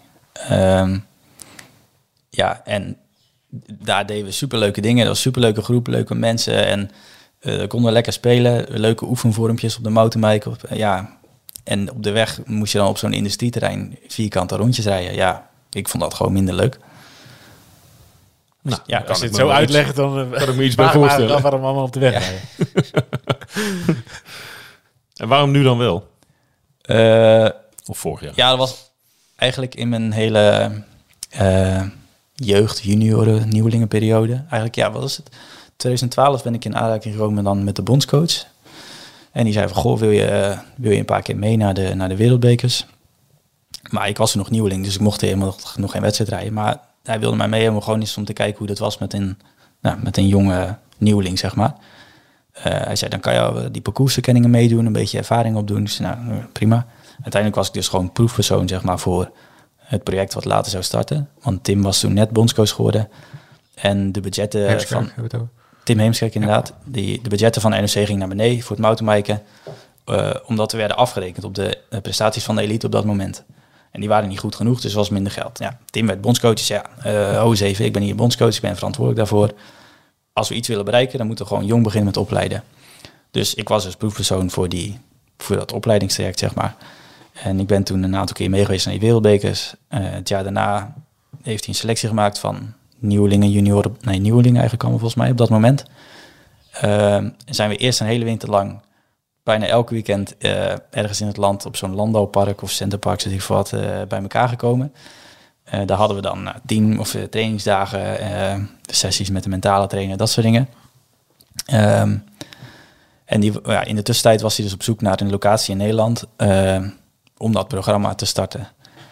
En daar deden we superleuke dingen. Dat was een superleuke groep, leuke mensen. En konden we lekker spelen. Leuke oefenvormpjes op de mountainbike. En op de weg moest je dan op zo'n industrieterrein vierkante rondjes rijden. Ja, ik vond dat gewoon minder leuk. Nou, als je het zo uitlegt, dan kan ik me iets bij voorstellen. Dan waarom allemaal op de weg rijden. En waarom nu dan wel? Of vorig jaar? Ja, dat was eigenlijk in mijn hele jeugd, junioren, nieuwelingenperiode. Eigenlijk, wat was het? 2012 ben ik in aanraking gekomen dan met de bondscoach. En die zei van, goh, wil je een paar keer mee naar de wereldbekers? Maar ik was er nog nieuweling, dus ik mocht helemaal nog geen wedstrijd rijden. Maar hij wilde mij mee helemaal gewoon eens om te kijken hoe dat was met een jonge nieuweling, zeg maar. Hij zei, dan kan je die parcoursverkenningen meedoen, een beetje ervaring opdoen. Dus prima. Uiteindelijk was ik dus gewoon proefpersoon, zeg maar, voor het project wat later zou starten. Want Tim was toen net bondscoach geworden. En de budgetten Tim Heemskerk, inderdaad. De budgetten van de NOC gingen naar beneden voor het mountainbiken. Omdat we werden afgerekend op de prestaties van de elite op dat moment. En die waren niet goed genoeg, dus was minder geld. Ja, Tim werd bondscoach, dus eens even, ik ben hier bondscoach, ik ben verantwoordelijk daarvoor. Als we iets willen bereiken, dan moeten we gewoon jong beginnen met opleiden. Dus ik was dus proefpersoon voor dat opleidingstraject, zeg maar. En ik ben toen een aantal keer meegeweest naar die wereldbekers. Het jaar daarna heeft hij een selectie gemaakt van nieuwelingen, junioren. Nee, nieuwelingen eigenlijk allemaal volgens mij op dat moment. Zijn we eerst een hele winter lang bijna elke weekend ergens in het land op zo'n landbouwpark of centerpark, zoals ik wat, bij elkaar gekomen. Daar hadden we dan 10 of trainingsdagen, sessies met de mentale trainer, dat soort dingen. En in de tussentijd was hij dus op zoek naar een locatie in Nederland om dat programma te starten.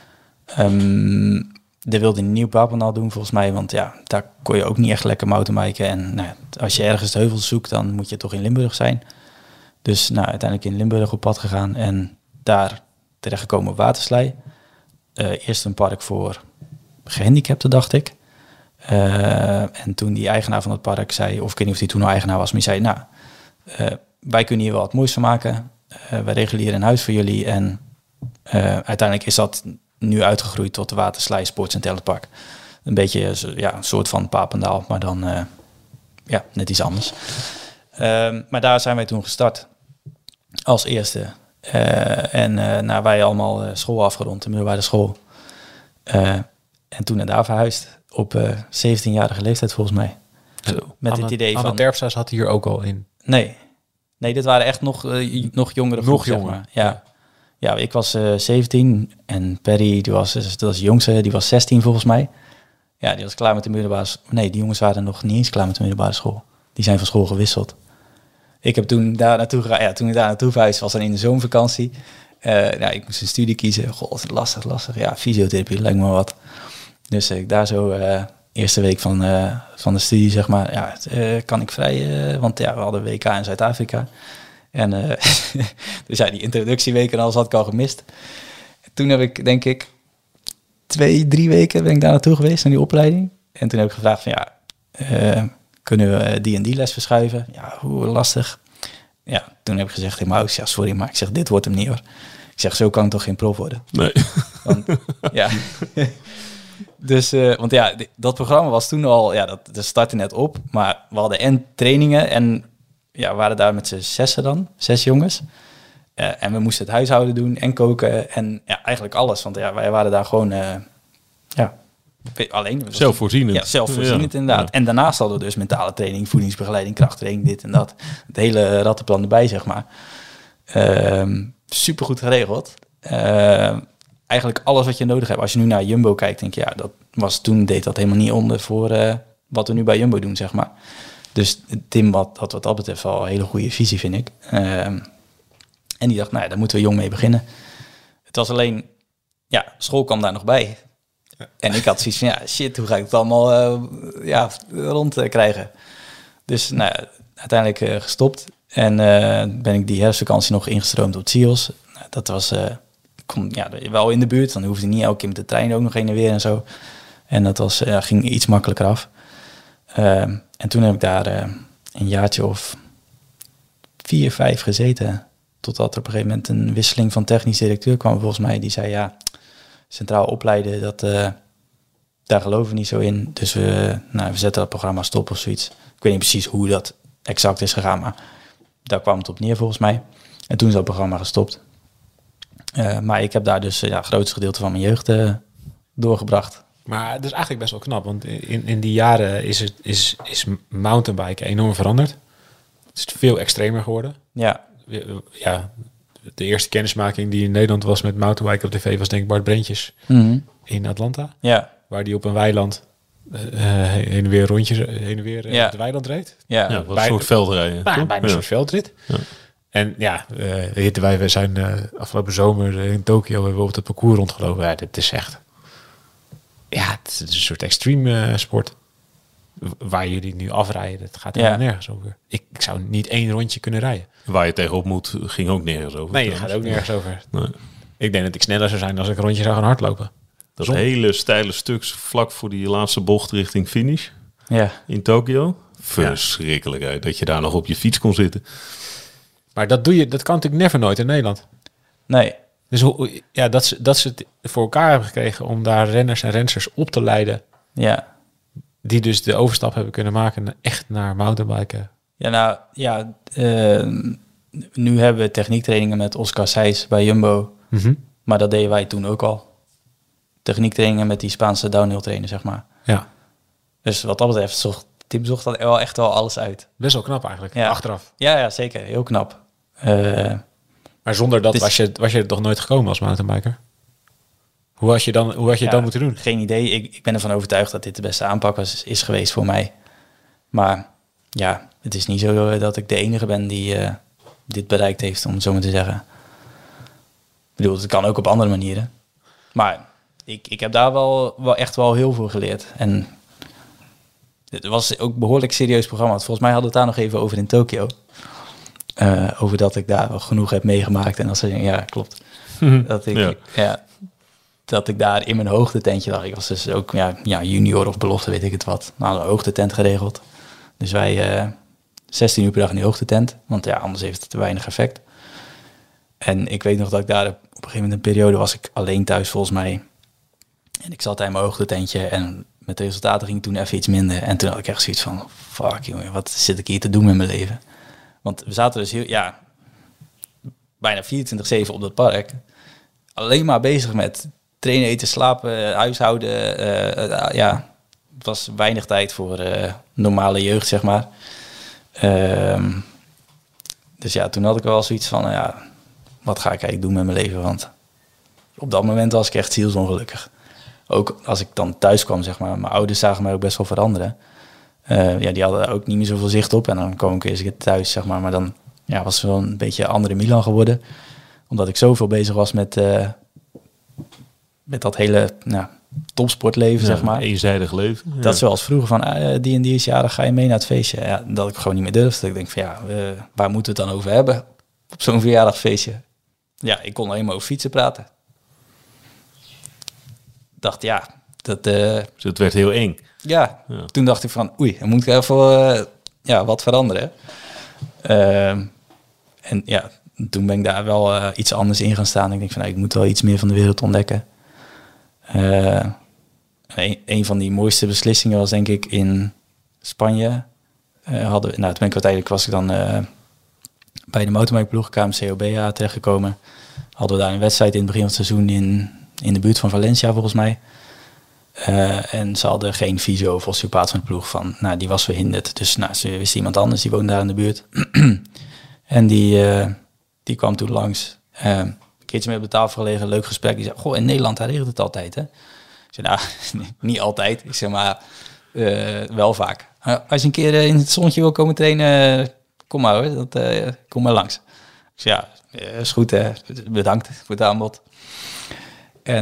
Daar wilde hij een nieuw Papendal doen volgens mij, want daar kon je ook niet echt lekker mountainbiken. En als je ergens de heuvels zoekt, dan moet je toch in Limburg zijn. Dus uiteindelijk in Limburg op pad gegaan en daar terechtgekomen op Waterslei. Eerst een park voor gehandicapten, dacht ik. En toen die eigenaar van het park zei, of ik weet niet of hij toen al eigenaar was, maar die zei, wij kunnen hier wel wat moois van maken. Wij regelen hier een huis voor jullie. En uiteindelijk is dat nu uitgegroeid tot de Waterslei Sports en Talentpark. Een beetje een soort van Papendaal, maar dan net iets anders. Maar daar zijn wij toen gestart als eerste. Wij allemaal school afgerond, de middelbare school. En toen naar daar verhuisd op 17-jarige leeftijd volgens mij. Met het idee van... Anne Terpstra zat hier ook al in. Nee, dit waren echt nog jongere groep, zeg maar. Ja, ik was 17 en Perry, dat was de jongste, die was 16 volgens mij. Ja, die was klaar met de middelbare school. Nee, die jongens waren nog niet eens klaar met de middelbare school. Die zijn van school gewisseld. Ik heb toen daar naartoe gegaan. Ja, toen ik daar naartoe verhuisde, was dan in de zomervakantie. Ik moest een studie kiezen. God, lastig. Ja, fysiotherapie lijkt me wel wat. Dus ik daar zo eerste week van de studie, zeg maar. Kan ik vrij, want we hadden WK in Zuid-Afrika. En dus die introductieweek en alles had ik al gemist. Toen heb ik, denk ik, 2-3 weken ben ik daar naartoe geweest, naar die opleiding. En toen heb ik gevraagd van kunnen we die en die les verschuiven? Ja, hoe lastig. Ja, toen heb ik gezegd tegen mijn ouders, sorry, maar ik zeg, dit wordt hem niet hoor. Ik zeg, zo kan ik toch geen prof worden? Nee. Want, Dus, dat programma was toen al, dat startte net op, maar we hadden en trainingen en we waren daar met z'n 6 jongens. En we moesten het huishouden doen en koken en eigenlijk alles, want wij waren daar gewoon, alleen. Zelfvoorzienend. Ja, zelfvoorzienend inderdaad. Ja. En daarnaast hadden we dus mentale training, voedingsbegeleiding, krachttraining, dit en dat. Het hele rattenplan erbij, zeg maar. Supergoed geregeld. eigenlijk alles wat je nodig hebt. Als je nu naar Jumbo kijkt, denk je, ja, deed dat helemaal niet onder voor wat we nu bij Jumbo doen, zeg maar. Dus Tim had wat dat betreft wel een hele goede visie, vind ik. En die dacht, nou ja, daar moeten we jong mee beginnen. Het was alleen, ja, school kwam daar nog bij. Ja. En ik had zoiets van, ja, shit, hoe ga ik het allemaal rond krijgen? Dus nou, uiteindelijk gestopt. En ben ik die herfstvakantie nog ingestroomd op Cios. Nou, dat was wel in de buurt. Dan hoefde je niet elke keer met de trein ook nog heen en weer en zo. En dat ging iets makkelijker af. En toen heb ik daar een jaartje of 4, 5 gezeten. Totdat er op een gegeven moment een wisseling van technisch directeur kwam volgens mij. Die zei, ja, centraal opleiden, daar geloven we niet zo in. Dus we zetten dat programma stop of zoiets. Ik weet niet precies hoe dat exact is gegaan, maar daar kwam het op neer volgens mij. En toen is dat programma gestopt. Maar ik heb daar dus het grootste gedeelte van mijn jeugd doorgebracht. Maar het is eigenlijk best wel knap, want in die jaren is mountainbiken enorm veranderd. Het is veel extremer geworden. Ja. Ja, de eerste kennismaking die in Nederland was met mountainbiken op tv was denk ik Bart Brentjes in Atlanta. Ja. Waar die op een weiland heen en weer rondjes het weiland reed. Ja, wat een soort veldrijden. Bijna een soort veldrit. Ja. En ja, we zijn afgelopen zomer in Tokio hebben we op het parcours rondgelopen. Ja, dit is echt... Ja, het is een soort extreme sport. Waar jullie nu afrijden, het gaat helemaal nergens over. Ik zou niet 1 rondje kunnen rijden. Waar je tegenop moet, ging ook nergens over. Nee, het gaat ook nergens over. Nee. Ik denk dat ik sneller zou zijn als ik een rondje zou gaan hardlopen. Dat hele steile stuk vlak voor die laatste bocht richting finish. Ja. In Tokio. Verschrikkelijk, dat je daar nog op je fiets kon zitten. Maar dat kan natuurlijk never nooit in Nederland. Nee. Dus dat ze het voor elkaar hebben gekregen om daar renners en rensters op te leiden. Ja. Die dus de overstap hebben kunnen maken echt naar mountainbiken. Ja, nu hebben we techniektrainingen met Oscar Seijs bij Jumbo. Mm-hmm. Maar dat deden wij toen ook al. Techniektrainingen met die Spaanse downhill trainer, zeg maar. Ja. Dus wat dat betreft Tim zocht dat wel echt wel alles uit. Best wel knap eigenlijk, achteraf. Ja, zeker. Heel knap. Maar zonder dat was je er toch nooit gekomen als mountainbiker? Hoe had je dan moeten doen? Geen idee. Ik ben ervan overtuigd dat dit de beste aanpak is geweest voor mij. Maar ja, het is niet zo dat ik de enige ben die dit bereikt heeft, om het zo maar te zeggen. Ik bedoel, het kan ook op andere manieren. Maar ik heb daar wel echt wel heel veel geleerd. En het was ook een behoorlijk serieus programma. Want volgens mij hadden we het daar nog even over in Tokio. Over dat ik daar wel genoeg heb meegemaakt. En dat ze ja, klopt. Dat ik daar in mijn hoogtetentje lag. Ik was dus ook junior of belofte, weet ik het wat. Nou, een hoogtetent geregeld. Dus wij 16 uur per dag in die hoogtetent. Want ja, anders heeft het te weinig effect. En ik weet nog dat ik daar op een gegeven moment een periode was ik alleen thuis volgens mij. En ik zat daar in mijn hoogtetentje en met resultaten ging toen even iets minder. En toen had ik echt zoiets van, fuck jongen, wat zit ik hier te doen met mijn leven? Want we zaten dus bijna 24/7 op dat park. Alleen maar bezig met trainen, eten, slapen, huishouden. Het was weinig tijd voor normale jeugd, zeg maar. Dus ja, toen had ik wel zoiets van, wat ga ik eigenlijk doen met mijn leven? Want op dat moment was ik echt zielsongelukkig. Ook als ik dan thuis kwam, zeg maar. Mijn ouders zagen mij ook best wel veranderen. Die hadden ook niet meer zoveel zicht op. En dan kwam ik eens thuis, zeg maar. Maar dan was het wel een beetje een andere Milan geworden. Omdat ik zoveel bezig was met dat hele topsportleven, zeg maar. Eenzijdig leven. Dat is wel als vroeger van, die en die is jarig, ga je mee naar het feestje? Ja, dat ik gewoon niet meer durfde. Ik denk van, waar moeten we het dan over hebben? Op zo'n verjaardagsfeestje. Ja, ik kon alleen maar over fietsen praten. Dacht, dat... Dus het werd heel eng. Ja, toen dacht ik van, oei, dan moet ik even wat veranderen. En toen ben ik daar wel iets anders in gaan staan. Ik denk van, ik moet wel iets meer van de wereld ontdekken. Een van die mooiste beslissingen was denk ik in Spanje. Toen ben ik uiteindelijk was ik dan bij de mountainbikeploeg KMC-OBA terechtgekomen. Hadden we daar een wedstrijd in het begin van het seizoen in de buurt van Valencia volgens mij. En ze hadden geen fysio of osteopaat van de ploeg van, die was verhinderd. Dus ze wist iemand anders, die woonde daar in de buurt. En die kwam toen langs. keertje mee op de tafel gelegen, leuk gesprek. Die zei, goh, in Nederland, daar regent het altijd, hè? Ik zei, nou, niet altijd. Ik zeg, maar wel vaak. Als je een keer in het zonnetje wil komen trainen, kom maar hoor, kom maar langs. Ik zei, ja, is goed, hè? Bedankt voor het aanbod. En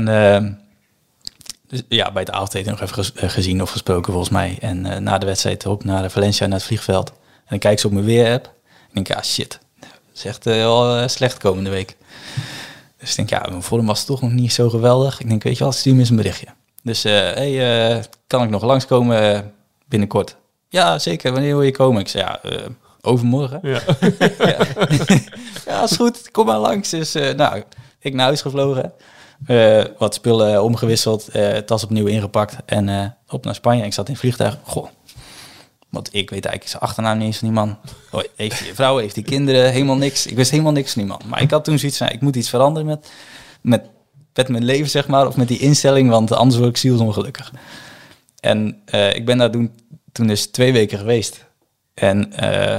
dus, ja, bij het avondeten nog even gezien of gesproken volgens mij. En na de wedstrijd op naar Valencia, naar het vliegveld. En dan kijk ze op mijn weer-app. Ik denk, ja, shit. Het is echt wel slecht komende week. Dus ik denk, ja, mijn vorm was toch nog niet zo geweldig. Ik denk, weet je wat, stuur me eens een berichtje. Dus, kan ik nog langskomen binnenkort? Ja, zeker. Wanneer wil je komen? Ik zei, ja, overmorgen. Ja. Ja, is goed. Kom maar langs. Dus, ik naar huis gevlogen. Wat spullen omgewisseld. Tas opnieuw ingepakt. En op naar Spanje. Ik zat in het vliegtuig. Goh. Want ik weet eigenlijk zijn achternaam niet eens van die man. Oh, heeft hij vrouw, heeft hij kinderen? Helemaal niks. Ik wist helemaal niks van die man. Maar ik had toen zoiets van, ik moet iets veranderen met mijn leven, zeg maar. Of met die instelling, want anders word ik zielsongelukkig. En ik ben daar toen dus 2 weken geweest. En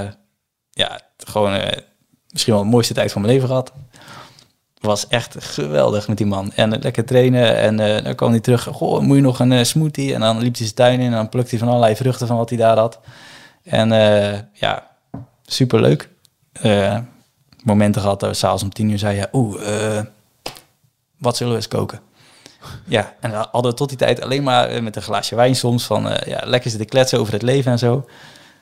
gewoon misschien wel de mooiste tijd van mijn leven gehad. Was echt geweldig met die man. En lekker trainen. En dan kwam hij terug. Goh, moet je nog een smoothie? En dan liep hij zijn tuin in. En dan plukte hij van allerlei vruchten van wat hij daar had. En superleuk. Momenten gehad dat we s'avonds om 10 uur zeiden... wat zullen we eens koken? Ja, en dan hadden we tot die tijd alleen maar met een glaasje wijn soms... van lekker zitten kletsen over het leven en zo.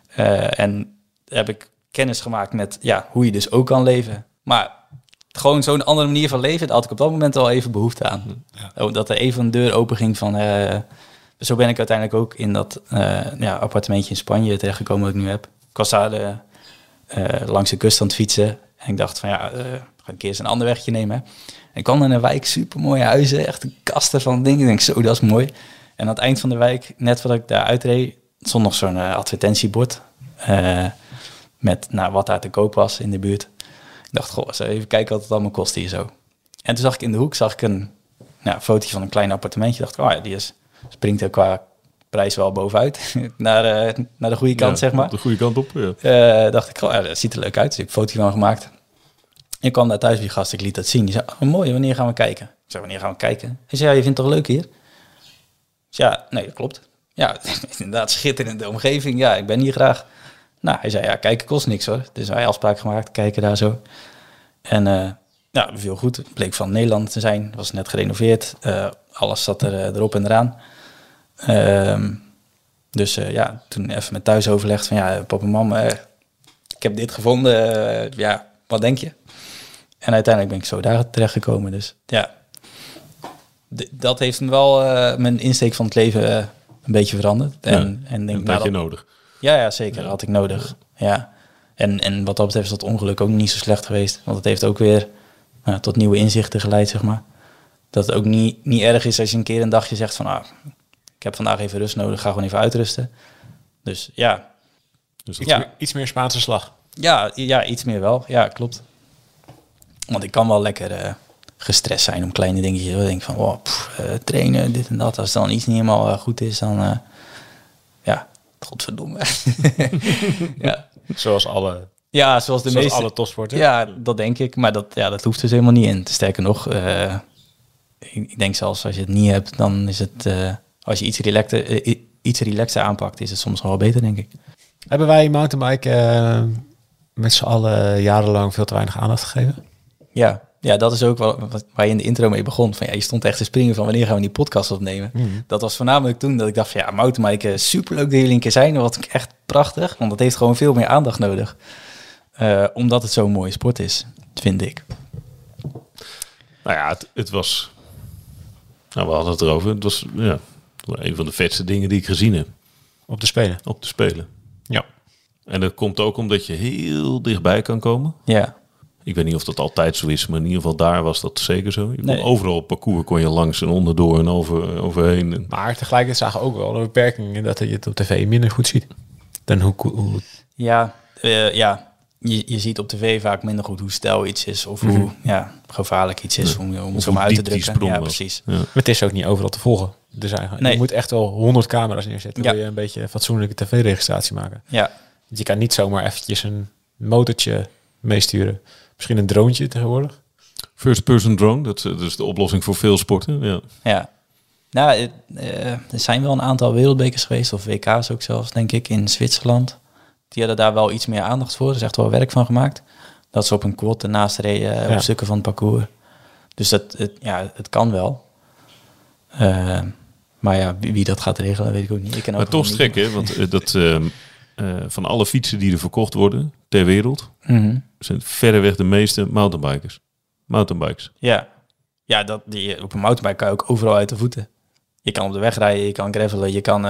En heb ik kennis gemaakt met hoe je dus ook kan leven. Maar... gewoon zo'n andere manier van leven, daar had ik op dat moment al even behoefte aan. Ja. Dat er even een deur open ging van... zo ben ik uiteindelijk ook in dat appartementje in Spanje terechtgekomen dat ik nu heb. Ik was daar langs de kust aan het fietsen. En ik dacht van ga een keer eens een ander wegje nemen. Hè. En ik kwam in een wijk, supermooie huizen, echt een kasten van dingen. Ik denk zo, dat is mooi. En aan het eind van de wijk, net voordat ik daar uitreed... stond nog zo'n advertentiebord... met wat daar te koop was in de buurt... Ik dacht, goh, even kijken wat het allemaal kost hier zo. En toen zag ik in de hoek een fotootje van een klein appartementje. Dacht ik, springt er qua prijs wel bovenuit. naar de goede kant, zeg maar. De goede kant op, ja. Dacht ik, dat ziet er leuk uit. Dus ik heb een fotootje van gemaakt. Ik kwam daar thuis bij die gast, ik liet dat zien. Die zei, mooi, wanneer gaan we kijken? Ik zei, wanneer gaan we kijken? Hij zei, je vindt het toch leuk hier? Ik zei, nee, dat klopt. Ja, inderdaad, schitterende omgeving. Ja, ik ben hier graag. Nou, hij zei, kijken kost niks hoor. Dus wij afspraak gemaakt, kijken daar zo. En viel goed. Het bleek van Nederland te zijn. Het was net gerenoveerd. Alles zat erop en eraan. Dus toen even met thuis overlegd van papa en mam, ik heb dit gevonden. Wat denk je? En uiteindelijk ben ik zo daar terechtgekomen. Dus dat heeft me wel mijn insteek van het leven een beetje veranderd. En denk, dat had je nodig. Ja, zeker. Dat had ik nodig. Ja. En wat dat betreft is dat ongeluk ook niet zo slecht geweest. Want het heeft ook weer tot nieuwe inzichten geleid, zeg maar. Dat het ook niet erg is als je een keer een dagje zegt van... ik heb vandaag even rust nodig, ga gewoon even uitrusten. Dus ja. Dus iets meer Spaanse slag. Ja, iets meer wel. Ja, klopt. Want ik kan wel lekker gestrest zijn om kleine dingetjes. Ik denk van, trainen, dit en dat. Als het dan iets niet helemaal goed is, dan... godverdomme. Ja. Zoals alle... Ja, zoals de meeste... alle topsporten. Ja, dat denk ik. Maar dat hoeft dus helemaal niet in. Sterker nog, ik denk zelfs als je het niet hebt, dan is het... als je iets relaxter aanpakt, is het soms wel beter, denk ik. Hebben wij mountainbike met z'n allen jarenlang veel te weinig aandacht gegeven? Ja, dat is ook wel waar je in de intro mee begon. Van, je stond echt te springen van wanneer gaan we die podcast opnemen. Mm. Dat was voornamelijk toen dat ik dacht van mountainbiken, superleuk dat jullie een keer zijn. Dat was echt prachtig, want dat heeft gewoon veel meer aandacht nodig. Omdat het zo'n mooie sport is, vind ik. Nou ja, het was... Nou, we hadden het erover. Het was een van de vetste dingen die ik gezien heb. Op de Spelen? Op de Spelen. Ja. En dat komt ook omdat je heel dichtbij kan komen. Ja. Ik weet niet of dat altijd zo is, maar in ieder geval daar was dat zeker zo. Overal op parcours kon je langs en onderdoor en overheen. Maar tegelijkertijd zagen we ook wel de beperkingen dat je het op tv minder goed ziet. Dan hoe... Ja, je ziet op tv vaak minder goed hoe stijl iets is of hoe gevaarlijk iets is om het zo maar uit te drukken. Ja, precies. Ja. Maar het is ook niet overal te volgen. Dus je moet echt wel 100 camera's neerzetten. Dan wil je een beetje fatsoenlijke tv-registratie maken. Ja. Je kan niet zomaar eventjes een motortje meesturen. Misschien een droontje tegenwoordig. First person drone, dat is de oplossing voor veel sporten. Ja. Ja. Nou, er zijn wel een aantal wereldbekers geweest, of WK's ook zelfs, denk ik, in Zwitserland. Die hadden daar wel iets meer aandacht voor. Er is echt wel werk van gemaakt. Dat ze op een quad ernaast reden op stukken van het parcours. Dus het kan wel. Maar ja, wie dat gaat regelen, weet ik ook niet. Ik ken ook Maar toch gek, hè? Want van alle fietsen die er verkocht worden ter wereld, zijn verreweg de meeste mountainbikes. Ja, op een mountainbike kan je ook overal uit de voeten. Je kan op de weg rijden, je kan gravelen, je kan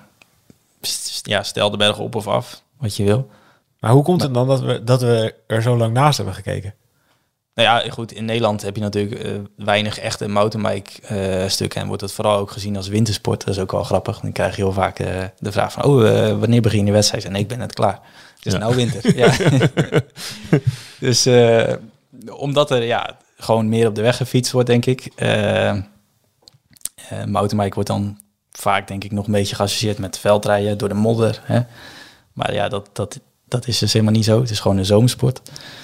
stel de bergen op of af, wat je wil. Maar hoe komt het dan dat we er zo lang naast hebben gekeken? Nou ja, goed, in Nederland heb je natuurlijk weinig echte mountainbike stukken. En wordt het vooral ook gezien als wintersport. Dat is ook wel grappig. Dan krijg je heel vaak de vraag van, wanneer begin je de wedstrijd? En ik ben net klaar. Het is nou winter. Ja. Dus omdat er gewoon meer op de weg gefietst wordt, denk ik. Mountainbike wordt dan vaak, denk ik, nog een beetje geassocieerd met veldrijden door de modder. Hè? Maar ja, dat is dus helemaal niet zo. Het is gewoon een zomersport.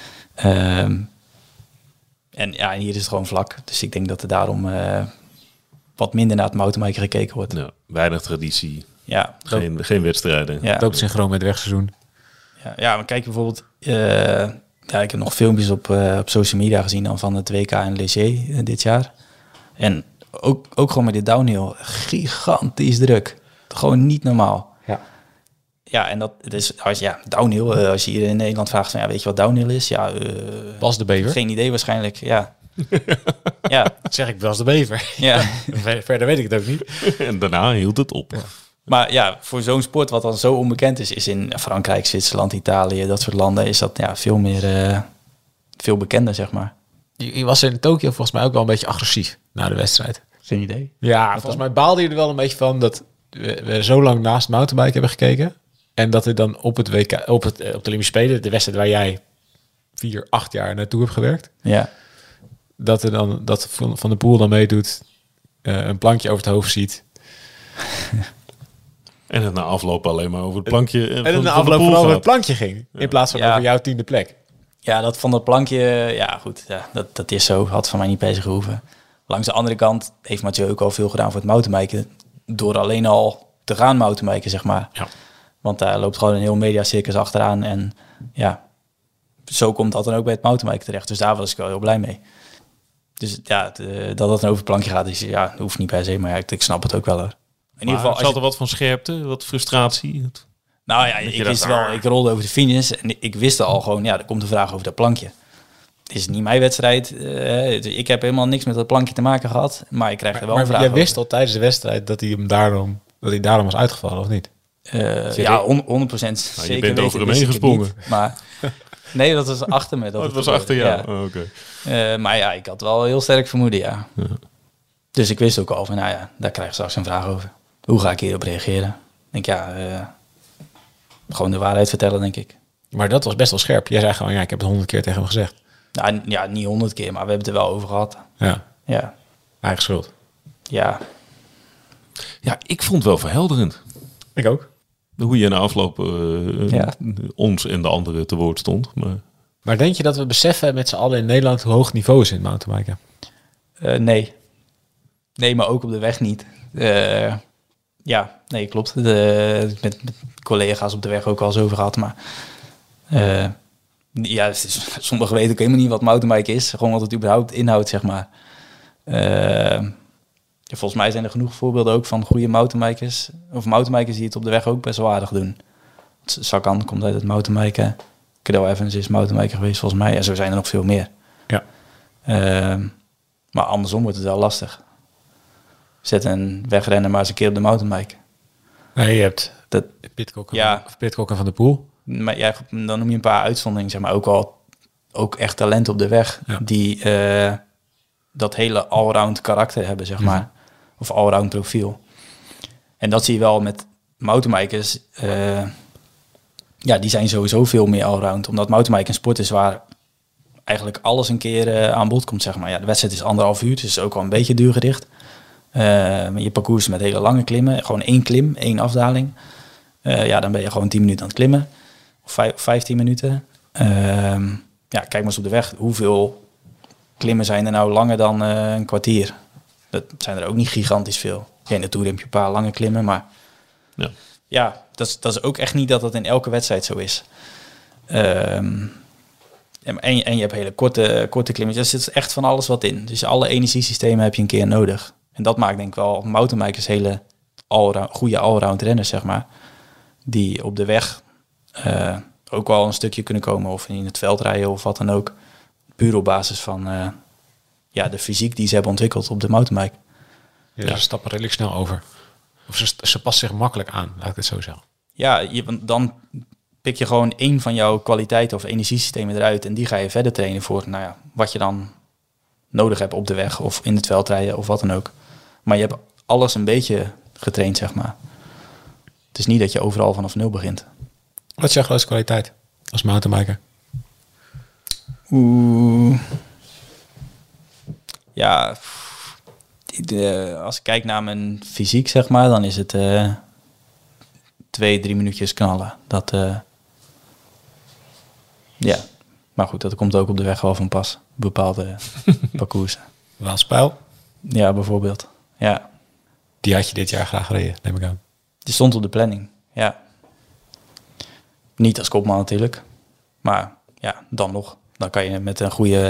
En hier is het gewoon vlak. Dus ik denk dat er daarom wat minder naar het mountainbiken gekeken wordt. Ja, weinig traditie. Ja. Geen wedstrijden. Ja. Loopt synchroon met het wegseizoen. Ja, maar kijk bijvoorbeeld... ik heb nog filmpjes op social media gezien dan van het WK in Léger dit jaar. En ook gewoon met dit downhill. Gigantisch druk. Gewoon niet normaal. Ja, en dat is downhill. Als je hier in Nederland vraagt van, weet je wat downhill is? Ja, Bas de Bever. Geen idee waarschijnlijk. Ja. Ja. Zeg ik Bas de Bever. Ja. Verder weet ik het ook niet. En daarna hield het op. Ja. Maar ja, voor zo'n sport wat dan zo onbekend is in Frankrijk, Zwitserland, Italië, dat soort landen, is dat veel bekender, zeg maar. Je was in Tokio volgens mij ook wel een beetje agressief na de wedstrijd. Geen idee. Ja, volgens mij baalde je er wel een beetje van dat we zo lang naast mountainbike hebben gekeken. En dat er dan op het WK, op de Olympische Spelen, de wedstrijd waar jij 4-8 jaar naartoe hebt gewerkt. Ja. Dat er dan dat Van der Poel dan meedoet, een plankje over het hoofd ziet. En het na afloop alleen maar over het plankje. En het na afloop vooral over het plankje ging. In plaats van over jouw 10e plek. Ja, dat van dat plankje, dat is zo. Had van mij niet per se gehoeven. Langs de andere kant heeft Mathieu ook al veel gedaan voor het mountainbiken. Door alleen al te gaan mountainbiken, zeg maar. Ja. Want daar loopt gewoon een heel mediacircus achteraan. En ja, zo komt dat dan ook bij het mountainbiken terecht. Dus daar was ik wel heel blij mee. Dus ja, dat het over het plankje gaat, is dat hoeft niet per se. Maar ik snap het ook wel hoor. In ieder geval, zat er wat van scherpte, wat frustratie? Nou ja, ik wist wel, ik rolde over de finish en ik wist al gewoon, er komt een vraag over dat plankje. Het is niet mijn wedstrijd. Ik heb helemaal niks met dat plankje te maken gehad, maar ik krijg er wel een vraag over. Maar jij wist al tijdens de wedstrijd dat hij daarom was uitgevallen, of niet? 100% zeker. Je bent over hem heen gesprongen. Maar nee, dat was achter me. Dat was achter jou? Ja. Oh, okay. Maar ja, ik had wel heel sterk vermoeden, ja. Dus ik wist ook al van, daar krijg je straks een vraag over. Hoe ga ik hierop reageren? Ik denk, gewoon de waarheid vertellen, denk ik. Maar dat was best wel scherp. Jij zei gewoon, ik heb het 100 keer tegen hem gezegd. Nou, ja, niet 100 keer, maar we hebben het er wel over gehad. Ja. Eigen schuld. Ja. Ja, ik vond het wel verhelderend. Ik ook. Hoe je na afloop ons en de anderen te woord stond. Maar denk je dat we beseffen met z'n allen in Nederland hoe hoog het niveau is in het mountainbiken? Nee. Nee, maar ook op de weg niet. Nee, klopt. Met collega's op de weg ook al eens over gehad. Maar sommigen weten ook helemaal niet wat mountainbiken is. Gewoon wat het überhaupt inhoudt, zeg maar. Volgens mij zijn er genoeg voorbeelden ook van goede mountainbikers. Of mountainbikers die het op de weg ook best wel aardig doen. Sagan komt uit het mountainbiken. Cadel Evans is mountainbiker geweest volgens mij. En zo zijn er nog veel meer. Ja. Maar andersom wordt het wel lastig. Zet een wegrenner maar eens een keer op de mountainbike. Nee, je hebt Pidcock en Van der Poel. Maar dan noem je een paar uitzonderingen, zeg maar. Ook echt talent op de weg. Ja. Die dat hele allround karakter hebben, zeg maar. Of allround profiel. En dat zie je wel met mountainbikers. Die zijn sowieso veel meer allround. Omdat mountainbiken een sport is waar eigenlijk alles een keer aan bod komt, zeg maar. Ja, de wedstrijd is 1,5 uur, dus is ook wel een beetje duurgericht. Je parcours met hele lange klimmen. Gewoon 1 klim, 1 afdaling. Dan ben je gewoon 10 minuten aan het klimmen. Of 15 minuten. Kijk maar eens op de weg hoeveel klimmen zijn er nou langer dan een kwartier. Dat zijn er ook niet gigantisch veel. Ja, in de Tour heb je een paar lange klimmen, maar ja, dat is ook echt niet dat het in elke wedstrijd zo is. En je hebt hele korte klimmen. Er zit echt van alles wat in. Dus alle energiesystemen heb je een keer nodig. En dat maakt denk ik wel mountainbikers hele goede allround renners, zeg maar. Die op de weg ook wel een stukje kunnen komen. Of in het veld rijden of wat dan ook. Puur op basis van de fysiek die ze hebben ontwikkeld op de mountainbike. Ja, ze stappen redelijk snel over. Of ze passen zich makkelijk aan, laat ik het zo zeggen. Ja, dan pik je gewoon één van jouw kwaliteiten of energiesystemen eruit. En die ga je verder trainen voor wat je dan nodig hebt op de weg. Of in het veld rijden of wat dan ook. Maar je hebt alles een beetje getraind, zeg maar. Het is niet dat je overal vanaf nul begint. Wat is jouw grootste kwaliteit als mountainbiker? Ja, als ik kijk naar mijn fysiek, zeg maar, dan is het 2-3 minuutjes knallen. Ja, maar goed, dat komt ook op de weg wel van pas. Bepaalde parcoursen. Waalspijl? Ja, bijvoorbeeld. Ja. Die had je dit jaar graag gereden, neem ik aan. Die stond op de planning, ja. Niet als kopman natuurlijk. Maar ja, dan nog. Dan kan je met een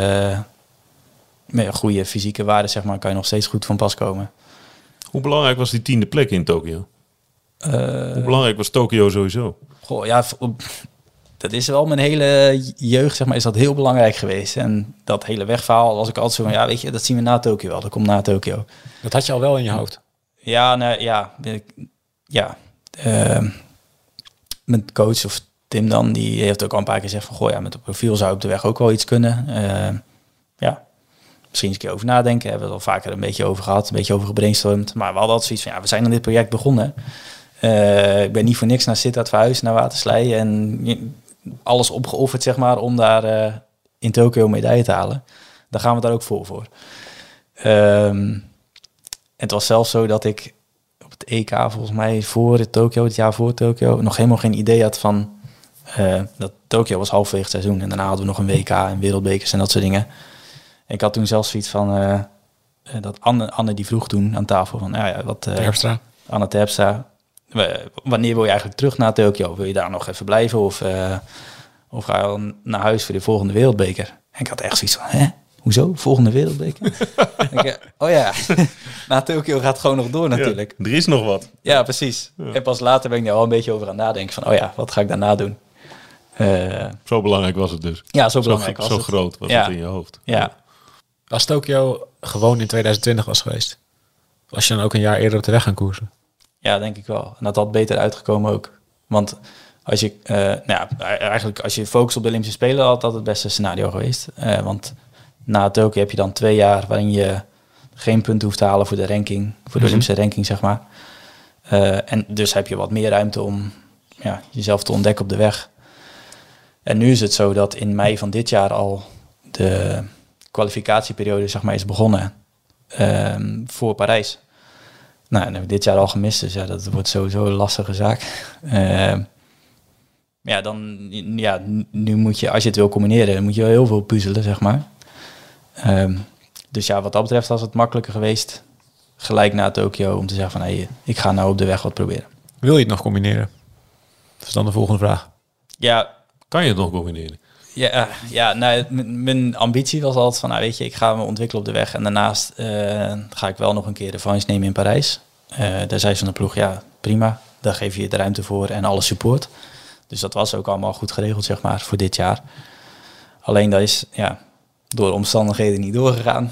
goede fysieke waarde, zeg maar, kan je nog steeds goed van pas komen. Hoe belangrijk was die 10e plek in Tokio? Hoe belangrijk was Tokio sowieso? Goh, ja, dat is wel mijn hele jeugd, zeg maar, is dat heel belangrijk geweest. En dat hele wegverhaal was ik altijd zo van, ja, weet je, dat zien we na Tokio wel. Dat komt na Tokio. Dat had je al wel in je hoofd? Ja, mijn coach of Tim dan, die heeft ook al een paar keer gezegd van, goh, ja, met het profiel zou op de weg ook wel iets kunnen. Misschien eens een keer over nadenken. Hebben we het al vaker een beetje over gehad, een beetje over gebrainstormd. Maar we hadden altijd zoiets van, ja, we zijn aan dit project begonnen. Ik ben niet voor niks naar Sittard verhuisd, naar Waterslei. En alles opgeofferd, zeg maar, om daar in Tokio medaille te halen. Daar gaan we daar ook voor. Het was zelfs zo dat ik op het EK, volgens mij voor Tokio, het jaar voor Tokio, nog helemaal geen idee had van dat Tokio was halverwege het seizoen. En daarna hadden we nog een WK en wereldbekers en dat soort dingen. En ik had toen zelfs zoiets van dat Anne die vroeg toen aan tafel van, Terpstra. Anne Terpstra, wanneer wil je eigenlijk terug naar Tokio? Wil je daar nog even blijven of ga je naar huis voor de volgende wereldbeker? En ik had echt zoiets van, hè? Hoezo? Volgende wereldbeker? Oh ja, na Tokio gaat het gewoon nog door natuurlijk. Ja, er is nog wat. Ja, precies. Ja. En pas later ben ik daar wel een beetje over aan nadenken van, oh ja, wat ga ik daarna doen? Zo belangrijk was het dus. Ja, zo belangrijk was het. Zo groot was het in je hoofd. Ja. Als Tokio gewoon in 2020 was geweest, was je dan ook een jaar eerder op de weg gaan koersen? Ja, denk ik wel. En dat had beter uitgekomen ook. Want als je, eigenlijk als je focust op de Olympische Spelen, had dat het beste scenario geweest. Want na Tokio heb je dan 2 jaar waarin je geen punten hoeft te halen voor de ranking, voor de Olympische ranking, zeg maar. En dus heb je wat meer ruimte om jezelf te ontdekken op de weg. En nu is het zo dat in mei van dit jaar al de kwalificatieperiode, zeg maar, is begonnen voor Parijs. Nou, dat heb ik dit jaar al gemist, dus ja, dat wordt sowieso een lastige zaak. Nu moet je, als je het wil combineren, dan moet je wel heel veel puzzelen, zeg maar. Dus ja, wat dat betreft was het makkelijker geweest, gelijk na Tokio, om te zeggen van, hey, ik ga nou op de weg wat proberen. Wil je het nog combineren? Dat is dan de volgende vraag. Ja. Kan je het nog combineren? Mijn ambitie was altijd van, weet je, ik ga me ontwikkelen op de weg. En daarnaast ga ik wel nog een keer de revanche nemen in Parijs. Daar zei ze van de ploeg, ja, prima. Daar geef je de ruimte voor en alle support. Dus dat was ook allemaal goed geregeld, zeg maar, voor dit jaar. Alleen dat is, door omstandigheden niet doorgegaan.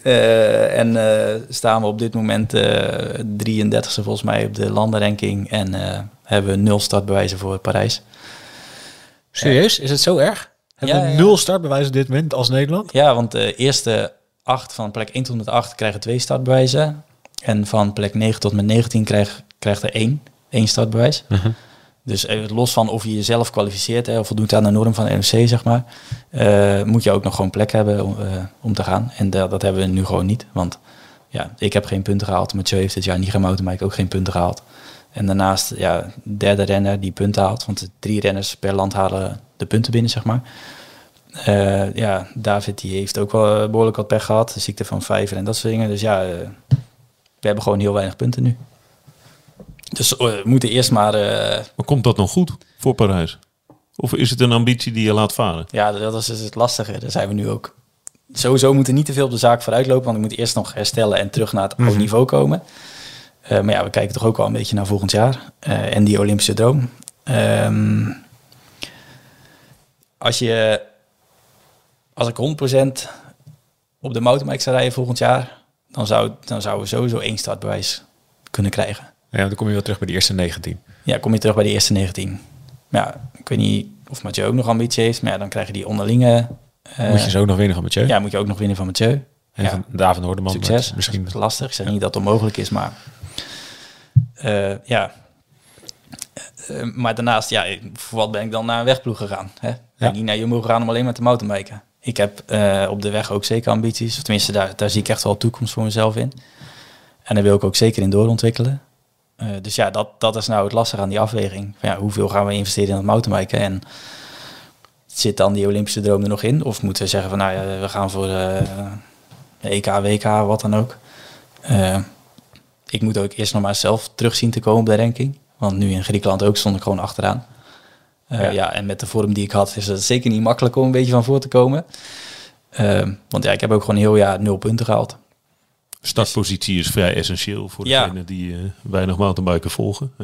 Staan we op dit moment 33e volgens mij op de landenranking. En hebben we 0 startbewijzen voor Parijs. Serieus? Is het zo erg? Hebben we 0 startbewijzen op dit moment als Nederland? Ja, want de eerste 8 van plek 1 tot met 8 krijgen 2 startbewijzen. En van plek 9 tot met 19 krijgt er 1 startbewijs. Dus los van of je jezelf kwalificeert, of voldoet aan de norm van de NOC, zeg maar, moet je ook nog gewoon plek hebben om te gaan. En dat hebben we nu gewoon niet. Want ik heb geen punten gehaald. Mathieu heeft dit jaar niet gemountainbike, ook geen punten gehaald. En daarnaast, derde renner die punten haalt. Want 3 renners per land halen de punten binnen, zeg maar. David die heeft ook wel behoorlijk wat pech gehad. De ziekte van Vijver en dat soort dingen. Dus we hebben gewoon heel weinig punten nu. Dus we moeten eerst maar... Maar komt dat nog goed voor Parijs? Of is het een ambitie die je laat varen? Ja, dat is dus het lastige. Daar zijn we nu ook. Sowieso moeten niet te veel op de zaak vooruitlopen, want ik moet eerst nog herstellen en terug naar het oude niveau komen. Maar we kijken toch ook wel een beetje naar volgend jaar. En die Olympische droom. Als ik 100% op de mountainbike zou rijden volgend jaar, dan zouden we sowieso 1 startbewijs kunnen krijgen. Ja, dan kom je wel terug bij de eerste 19. Ja, kom je terug bij de eerste 19. Ja, ik weet niet of Mathieu ook nog ambitie heeft, maar dan krijg je die onderlinge... moet je zo ook nog winnen van Mathieu? Ja, moet je ook nog winnen van Mathieu. En van David Noorderman. Succes. Misschien Dat is lastig. Ik zeg niet dat het onmogelijk is, maar... maar daarnaast, voor wat ben ik dan naar een wegploeg gegaan? Hè? Ik ben niet naar Jumbo gegaan om alleen maar te mountainbiken. Ik heb op de weg ook zeker ambities. Of tenminste, daar zie ik echt wel toekomst voor mezelf in. En daar wil ik ook zeker in doorontwikkelen. Dus dat is nou het lastige aan die afweging. Van, hoeveel gaan we investeren in het mountainbiken? En zit dan die Olympische droom er nog in? Of moeten we zeggen van, we gaan voor EK, WK, wat dan ook. Ik moet ook eerst nog maar zelf terug zien te komen op de ranking. Want nu in Griekenland ook stond ik gewoon achteraan. En met de vorm die ik had is het zeker niet makkelijk om een beetje van voor te komen. Want ik heb ook gewoon een heel jaar 0 punten gehaald. Startpositie is vrij essentieel voor degenen die weinig mountainbiken volgen.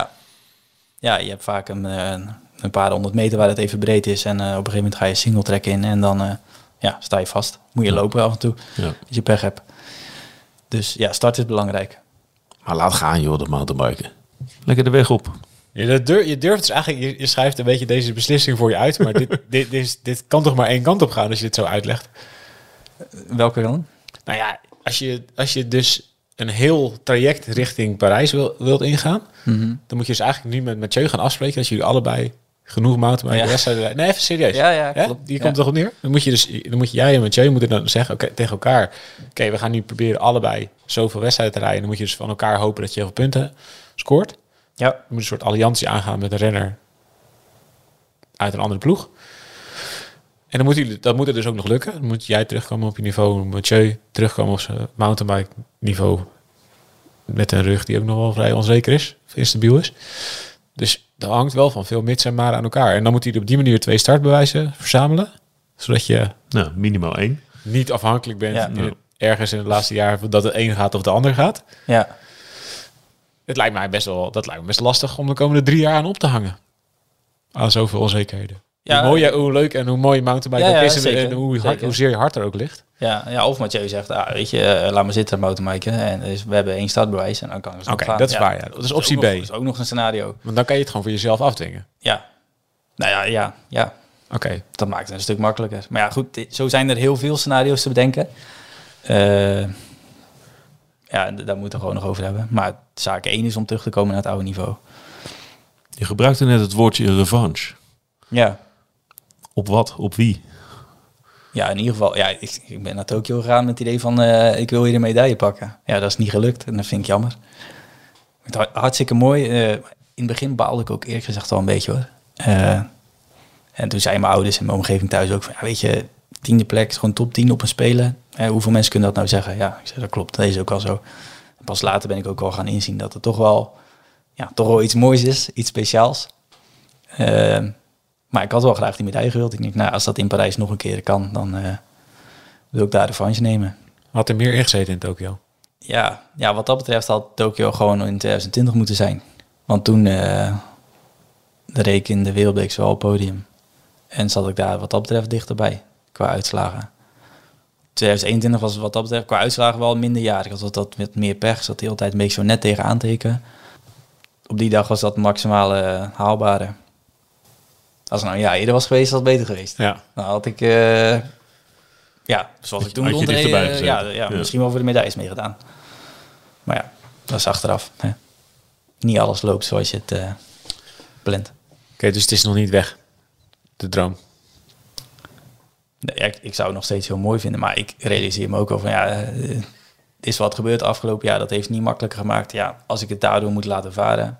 Ja, je hebt vaak een paar 100 meter waar het even breed is. En op een gegeven moment ga je single track in en dan sta je vast. Moet je lopen af en toe, als je pech hebt. Dus start is belangrijk. Maar laat gaan joh, de mountainbiken. Lekker de weg op. Je durft dus eigenlijk, je schrijft een beetje deze beslissing voor je uit. Maar dit kan toch maar één kant op gaan als je dit zo uitlegt. Welke dan? Nou ja, als je dus een heel traject richting Parijs wilt ingaan, dan moet je dus eigenlijk nu met Mathieu gaan afspreken dat jullie allebei genoeg mountainbike wedstrijden. Nee, even serieus. Ja, klopt. Die komt erop neer. Dan moet jij en Mathieu moeten dan zeggen tegen elkaar, oké, we gaan nu proberen allebei zoveel wedstrijden te rijden. Dan moet je dus van elkaar hopen dat je heel veel punten scoort. Ja. Je moet een soort alliantie aangaan met een renner uit een andere ploeg. En dat moet er dus ook nog lukken. Dan moet jij terugkomen op je niveau. Mathieu terugkomen op zijn mountainbike niveau. Met een rug die ook nog wel vrij onzeker is. Of instabiel is. Dus dat hangt wel van veel mits en maren aan elkaar. En dan moet hij op die manier 2 startbewijzen verzamelen. Zodat je minimaal 1. Niet afhankelijk bent ergens in het laatste jaar dat het een gaat of de ander gaat. Ja. Dat lijkt me best lastig om de komende 3 jaar aan op te hangen. Aan zoveel onzekerheden. Ja, hoe leuk en hoe mooi mountainbike is en hoezeer je hart er ook ligt. Ja, of Mathieu zegt, weet je, laat maar zitten mountainbiken. En dus we hebben 1 startbewijs en dan kan het Oké, dat is waar, ja. Dat is optie B. Dat is ook nog een scenario. Want dan kan je het gewoon voor jezelf afdwingen. Ja. Nou ja. Oké. Dat maakt het een stuk makkelijker. Maar ja, goed, zo zijn er heel veel scenario's te bedenken. Daar moeten we gewoon nog over hebben. Maar zaak 1 is om terug te komen naar het oude niveau. Je gebruikte net het woordje revanche. Ja. Op wat? Op wie? Ja, in ieder geval. Ja, ik ben naar Tokio gegaan met het idee van ik wil hier een medaille pakken. Ja, dat is niet gelukt en dat vind ik jammer. Het hartstikke mooi. In het begin baalde ik ook eerlijk gezegd al een beetje hoor. En toen zeiden mijn ouders en mijn omgeving thuis ook van, weet je, 10e plek, gewoon top 10 op een spelen. Hoeveel mensen kunnen dat nou zeggen? Ja, ik zeg, dat klopt, dat is ook wel zo. En pas later ben ik ook al gaan inzien dat het toch wel iets moois is, iets speciaals. Maar ik had wel graag die medaille gewild. Ik denk, als dat in Parijs nog een keer kan, dan wil ik daar de revanche nemen. Had er meer ingezeten in Tokio? Ja, wat dat betreft had Tokio gewoon in 2020 moeten zijn. Want toen reed ik in de Wereldbeker wel op podium. En zat ik daar wat dat betreft dichterbij, qua uitslagen. 2021 was wat dat betreft qua uitslagen wel minder jaar. Ik had dat met meer pech, zat de hele tijd een beetje zo net tegenaan tekenen. Op die dag was dat maximale haalbare. Als het nou een jaar eerder was geweest, was het beter geweest. Ja. Dan had ik, zoals ik toen rondreed, misschien wel voor de medailles meegedaan. Maar ja, dat is achteraf. Hè. Niet alles loopt zoals je het plant. Oké, dus het is nog niet weg, de droom. Nee, ik zou het nog steeds heel mooi vinden, maar ik realiseer me ook wel van, het is wat gebeurd afgelopen jaar. Dat heeft niet makkelijker gemaakt. Ja, als ik het daardoor moet laten varen,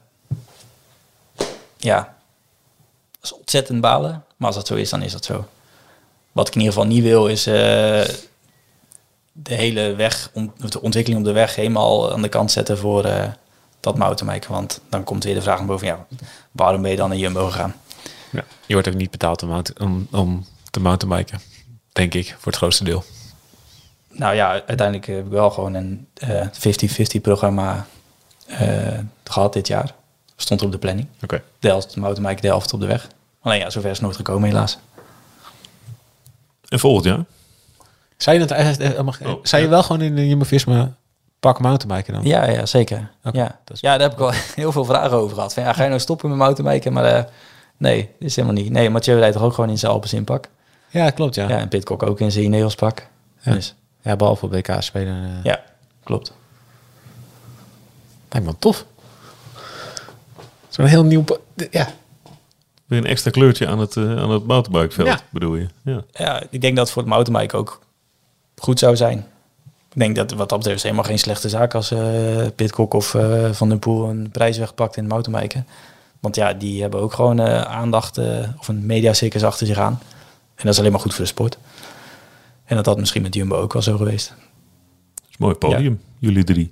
dat is ontzettend balen. Maar als dat zo is, dan is dat zo. Wat ik in ieder geval niet wil is de hele weg, de ontwikkeling op de weg helemaal aan de kant zetten voor dat mountainbiken. Want dan komt weer de vraag naar boven, waarom ben je dan naar Jumbo gegaan? Ja. Je wordt ook niet betaald om te mountainbiken, denk ik, voor het grootste deel. Nou ja, uiteindelijk heb ik wel gewoon een 50-50 programma gehad dit jaar. Stond op de planning. Oké. De helft mountainbiken, de helft op de weg. Alleen ja, zover is het nooit gekomen helaas. En volgend jaar? Zou je wel gewoon in de Jumbo-Visma pak mountainbiken dan? Ja, zeker. Oké, Ja. dat is- Ja, daar heb ik al heel veel vragen over gehad. Van, ga je nou stoppen met mountainbiken? Maar nee, dat is helemaal niet. Nee, Mathieu rijdt toch ook gewoon in zijn Alpes inpak. Ja, klopt, ja. Ja, en Pidcock ook in zijn Ineos pak. Ja. Dus Ja, behalve op WK spelen. ja, klopt. Lijkt me tof. Zo'n heel nieuw... Ja. Weer een extra kleurtje aan het mountainbikeveld, Ja. bedoel je? Ja. Ja, ik denk dat het voor het mountainbiken ook goed zou zijn. Ik denk dat wat dat betreft is helemaal geen slechte zaak als Pidcock of Van der Poel een prijs wegpakt in het mountainbiken. Want ja, die hebben ook gewoon aandacht of een mediacircus achter zich aan. En dat is alleen maar goed voor de sport. En dat had misschien met Jumbo ook wel zo geweest. Dat is een mooi podium, jullie 3.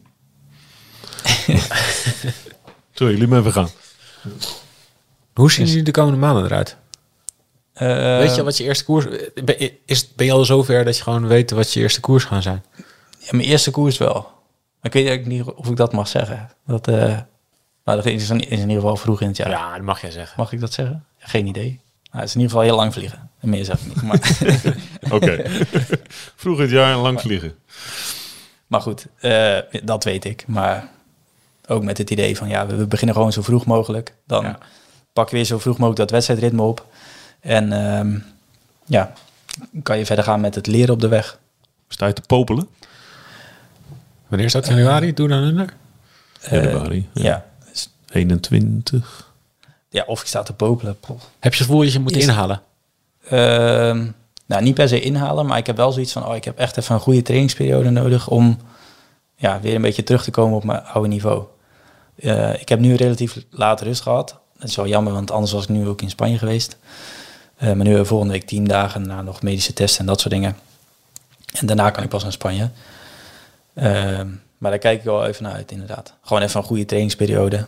Sorry, jullie maar even gaan. Hoe zien jullie de komende maanden eruit? Weet je wat je eerste koers... Ben je al zover dat je gewoon weet wat je eerste koers gaan zijn? Ja, mijn eerste koers wel. Maar ik weet eigenlijk niet of ik dat mag zeggen. Dat, maar dat is in ieder geval vroeg in het jaar. Ja, dat mag jij zeggen. Mag ik dat zeggen? Ja, geen idee. Nou, het is in ieder geval heel lang vliegen. En meer zeg ik niet. Maar, Oké. Vroeg in het jaar en lang vliegen. maar goed, dat weet ik. Maar ook met het idee van, ja, we beginnen gewoon zo vroeg mogelijk. Dan pak je weer zo vroeg mogelijk dat wedstrijdritme op. En kan je verder gaan met het leren op de weg. Sta je te popelen? Wanneer is dat? Januari? Doe dan onder? Januari. Ja. Dus, 21. ja, of ik sta te popelen. Heb je het gevoel dat je moet inhalen? Nou, niet per se inhalen, maar ik heb wel zoiets van, ik heb echt even een goede trainingsperiode nodig om weer een beetje terug te komen op mijn oude niveau. Ik heb nu relatief laat rust gehad. Dat is wel jammer, want anders was ik nu ook in Spanje geweest. Maar nu volgende week 10 dagen na nog medische testen en dat soort dingen. En daarna kan ik pas naar Spanje. Maar daar kijk ik wel even naar uit, inderdaad. Gewoon even een goede trainingsperiode.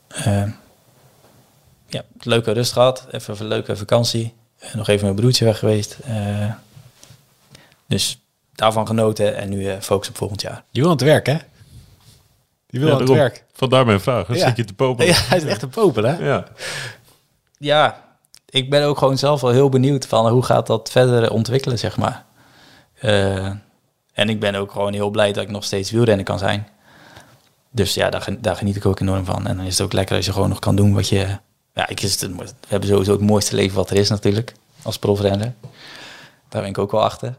Leuke rust gehad. Even een leuke vakantie. Nog even met mijn broertje weg geweest. Dus daarvan genoten en nu focus op volgend jaar. Je wil aan het werk, hè? Je wil aan het daarom. werk. Vandaar mijn vraag. Dan Ja. zit je te popelen. Ja, hij is echt een popel, hè? Ja. Ja, ik ben ook gewoon zelf wel heel benieuwd van hoe gaat dat verder ontwikkelen, zeg maar. En ik ben ook gewoon heel blij dat ik nog steeds wielrenner kan zijn. Dus ja, daar geniet ik ook enorm van. En dan is het ook lekker als je gewoon nog kan doen wat je... Ja, we hebben sowieso het mooiste leven wat er is natuurlijk, als profrenner. Daar ben ik ook wel achter.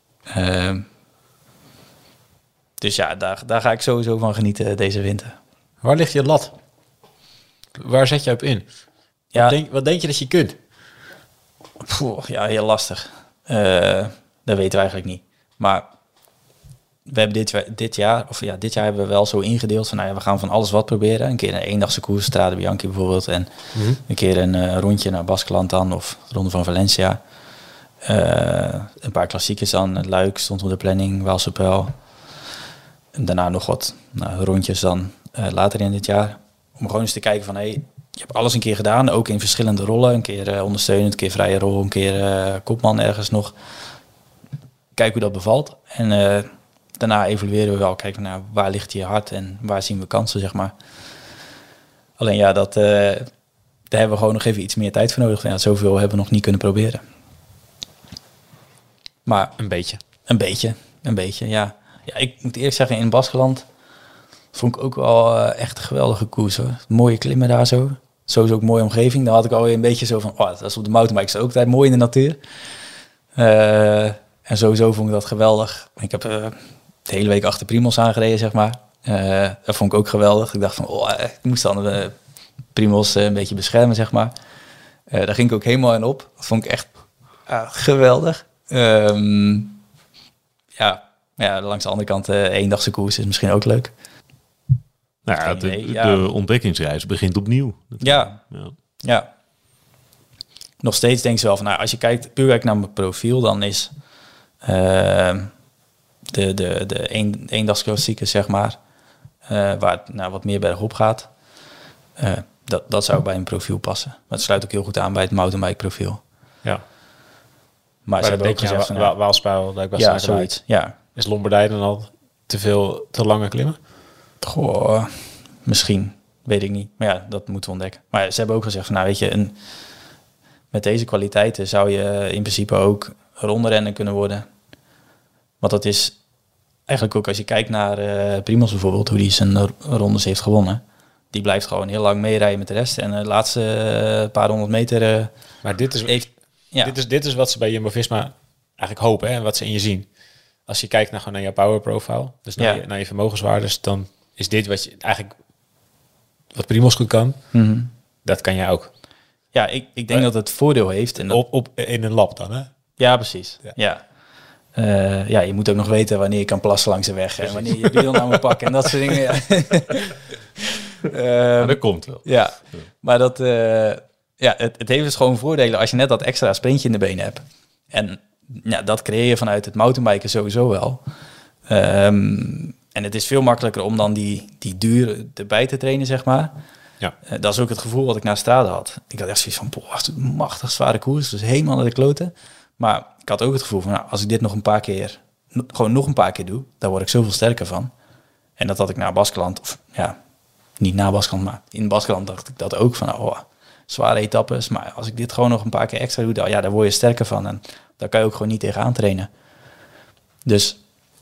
Dus ja, daar ga ik sowieso van genieten deze winter. Waar ligt je lat? Waar zet je op in? Ja, Wat denk je dat je kunt? Ja, heel lastig. Dat weten we eigenlijk niet. Maar we hebben dit jaar hebben we wel zo ingedeeld van, we gaan van alles wat proberen. Een keer een eendagse koers, Strade Bianchi bijvoorbeeld. En een keer een rondje naar Baskeland dan, of de Ronde van Valencia. Een paar klassiekers dan. Luik stond op de planning, Waalse Pijl. En daarna nog wat rondjes dan later in dit jaar. Om gewoon eens te kijken van, je hebt alles een keer gedaan, ook in verschillende rollen. Een keer ondersteunend, een keer vrije rol, een keer kopman ergens nog. Kijk hoe dat bevalt. En daarna evalueren we wel, kijken naar waar ligt je hart en waar zien we kansen, zeg maar. Alleen ja, daar hebben we gewoon nog even iets meer tijd voor nodig. Ja, zoveel hebben we nog niet kunnen proberen. Maar Een beetje. een beetje, ja. Ja, ik moet eerlijk zeggen, in Baskeland vond ik ook wel echt een geweldige koers, hoor. Mooie klimmen daar zo. Sowieso ook een mooie omgeving. Dan had ik alweer een beetje zo van, dat is op de mountainbike ook altijd mooi in de natuur. En sowieso vond ik dat geweldig. Ik heb de hele week achter Primoz aangereden, zeg maar. Dat vond ik ook geweldig. Ik dacht van, ik moest dan Primoz een beetje beschermen, zeg maar. Daar ging ik ook helemaal in op. Dat vond ik echt geweldig. Langs de andere kant, eendagse koers is misschien ook leuk. Nou ja, Geen idee, de ontdekkingsreis begint opnieuw. Ja. nog steeds denk ze wel van, nou, als je puur kijkt naar mijn profiel, dan is de eendagsklassieker, zeg maar, waar het nou wat meer bergop gaat, dat zou bij een profiel passen. Maar het sluit ook heel goed aan bij het mountainbike profiel. Ja. Maar ze hebben ook gezegd van, nou, Waalspijl, dat ik ja, zoiets. Ja. Is Lombardij dan al te lange klimmen? Goh, misschien. Weet ik niet. Maar ja, dat moeten we ontdekken. Maar ze hebben ook gezegd van, nou weet je, met deze kwaliteiten zou je in principe ook rondrenner kunnen worden. Want dat is eigenlijk ook als je kijkt naar Primoz bijvoorbeeld, hoe die zijn rondes heeft gewonnen. Die blijft gewoon heel lang meerijden met de rest. En de laatste paar 100 meter maar dit is wat ze bij Jumbo-Visma eigenlijk hopen, hè, en wat ze in je zien. Als je kijkt naar jouw power profile, dus naar je vermogenswaardes, dan is dit wat je eigenlijk wat Primoz goed kan. Mm-hmm. Dat kan jij ook. Ja, ik denk dat het voordeel heeft. En dat... in een lab dan, hè? Ja, precies. Ja. Je moet ook nog weten wanneer je kan plassen langs de weg. En wanneer je bidon nou moet pakken en dat soort dingen. Ja. Maar dat komt wel. Ja, maar dat... het heeft dus gewoon voordelen als je net dat extra sprintje in de benen hebt. En ja, dat creëer je vanuit het mountainbiken sowieso wel. En het is veel makkelijker om dan die duur erbij te trainen, zeg maar. Ja. Dat is ook het gevoel wat ik na Strade had. Ik had echt zoiets van, machtig zware koers. Dus helemaal naar de kloten. Maar ik had ook het gevoel van, nou, als ik dit nog een paar keer doe, daar word ik zoveel sterker van. En dat had ik na Baskeland, of ja, niet na Baskeland, maar in Baskeland dacht ik dat ook van, zware etappes. Maar als ik dit gewoon nog een paar keer extra doe, daar word je sterker van. En daar kan je ook gewoon niet tegenaan trainen. Dus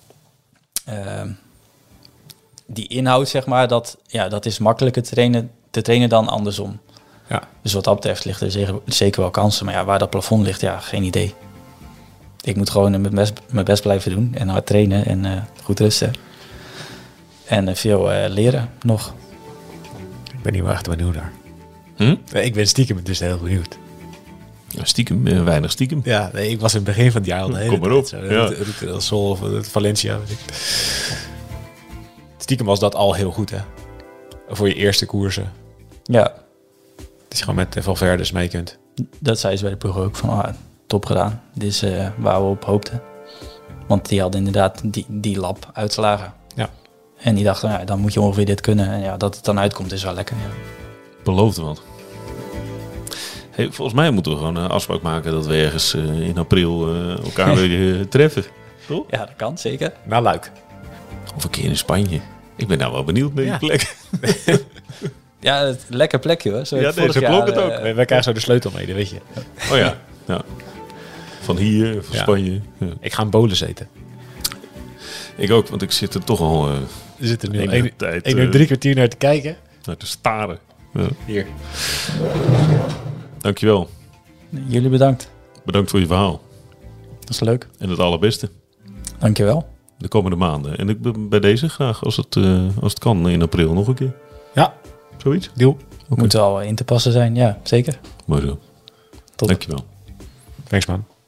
die inhoud, zeg maar, dat is makkelijker te trainen dan andersom. Ja. Dus wat dat betreft ligt er zeker wel kansen. Maar ja, waar dat plafond ligt, geen idee. Ik moet gewoon mijn best blijven doen. En hard trainen en goed rusten. En veel leren nog. Ik ben niet echt benieuwd daar. Ik ben stiekem dus heel benieuwd. Ja, stiekem, weinig stiekem. Ja, nee, ik was in het begin van het jaar al de hele Kom maar op. Route del Sol of Valencia. Weet ik. Stiekem was dat al heel goed, hè? Voor je eerste koersen. Ja. Dat je gewoon met Valverdes mee kunt. Dat zei ze bij de ploeg ook van, top gedaan. Dit is waar we op hoopten. Want die hadden inderdaad die lab uitslagen. Ja. En die dachten, dan moet je ongeveer dit kunnen. En ja, dat het dan uitkomt is wel lekker. Ja. Beloofde wat. Hey, volgens mij moeten we gewoon een afspraak maken dat we ergens in april elkaar weer treffen. Toch? Ja, dat kan, zeker. Naar Luik. Of een keer in Spanje. Ik ben nou wel benieuwd naar die plek. Ja, het lekker plekje hoor. Zo klonk het ook. Wij krijgen zo de sleutel mee, dat weet je. Oh ja. Van hier, van Spanje. Ja. Ik ga een bolus eten. Ik ook, want ik zit er toch al... We zitten nu 1 uur 3 kwartier naar te kijken. Naar te staren. Ja. Hier. Dankjewel. Jullie bedankt. Bedankt voor je verhaal. Dat is leuk. En het allerbeste. Dankjewel. De komende maanden. En ik ben bij deze graag, als het kan, in april nog een keer. Ja. Zoiets? Deal. Moet wel in te passen zijn. Ja, zeker. Mooi zo. Tot. Dankjewel. Thanks man.